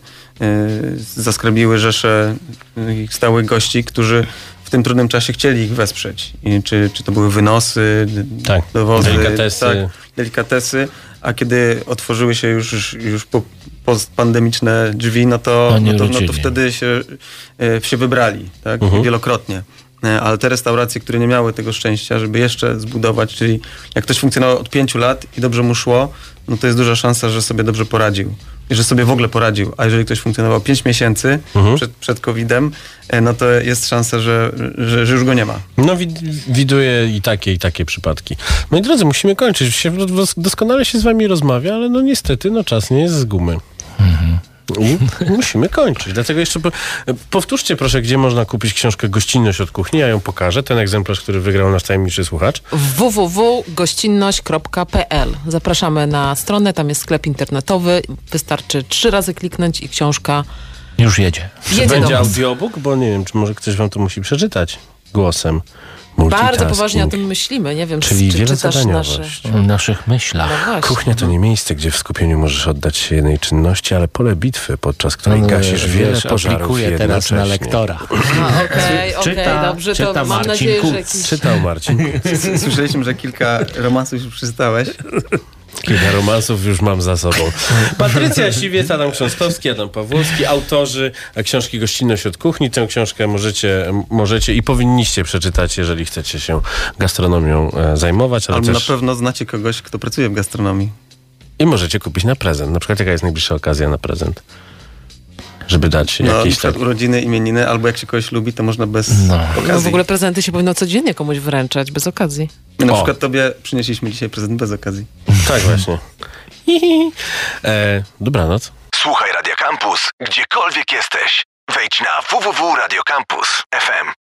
zaskrebiły rzesze ich stałych gości, którzy w tym trudnym czasie chcieli ich wesprzeć. I czy, czy to były wynosy, tak, dowozy, delikatesy. Tak, delikatesy, a kiedy otworzyły się już, już po, postpandemiczne drzwi, no to, no to, no to wtedy się, y, się wybrali, tak, uh-huh. wielokrotnie. Ale te restauracje, które nie miały tego szczęścia, żeby jeszcze zbudować, czyli jak ktoś funkcjonował od pięciu lat i dobrze mu szło, no to jest duża szansa, że sobie dobrze poradził. I że sobie w ogóle poradził. A jeżeli ktoś funkcjonował pięć miesięcy mhm. przed, przed kowidem, no to jest szansa, że, że, że już go nie ma. No wid- widuję i takie, i takie przypadki. Moi drodzy, musimy kończyć. Się, doskonale się z wami rozmawia, ale no niestety no czas nie jest z gumy. Mhm. I musimy kończyć. Dlatego jeszcze po, powtórzcie proszę, gdzie można kupić książkę Gościnność od kuchni. Ja ją pokażę. Ten egzemplarz, który wygrał nasz tajemniczy słuchacz. w w w kropka gościnność kropka p l. Zapraszamy na stronę, tam jest sklep internetowy. Wystarczy trzy razy kliknąć i książka już jedzie. jedzie będzie audiobook? Bo nie wiem, czy może ktoś wam to musi przeczytać głosem. Bardzo poważnie o tym myślimy. Nie wiem, czyli czy czytasz nasze... w naszych myślach. No Kuchnia to nie miejsce, gdzie w skupieniu możesz oddać się jednej czynności, ale pole bitwy, podczas której no, gasisz wiele wiesz, pożarów aplikuję teraz na lektora. Okej, okej, dobrze, to mam Marcin nadzieję, Kuc. że... Jakiś... Czytał Marcin. Słyszeliśmy, że kilka romansów już przeczytałeś. Kilka romansów już mam za sobą. Patrycja Siwiec, Adam Chrząstowski, Adam Pawłowski, autorzy książki Gościnność od kuchni. Tę książkę możecie, możecie i powinniście przeczytać, jeżeli chcecie się gastronomią e, zajmować. Ale Albo też... na pewno znacie kogoś, kto pracuje w gastronomii. I możecie kupić na prezent. Na przykład jaka jest najbliższa okazja na prezent? Żeby dać no, jakieś... na przykład tak... urodziny, imieniny, albo jak się kogoś lubi, to można bez no. okazji. No w ogóle prezenty się powinno codziennie komuś wręczać, bez okazji. My na o. przykład tobie przynieśliśmy dzisiaj prezent bez okazji. Tak właśnie. e, dobranoc. Słuchaj Radio Campus, gdziekolwiek jesteś. Wejdź na w w w kropka radio campus kropka f m.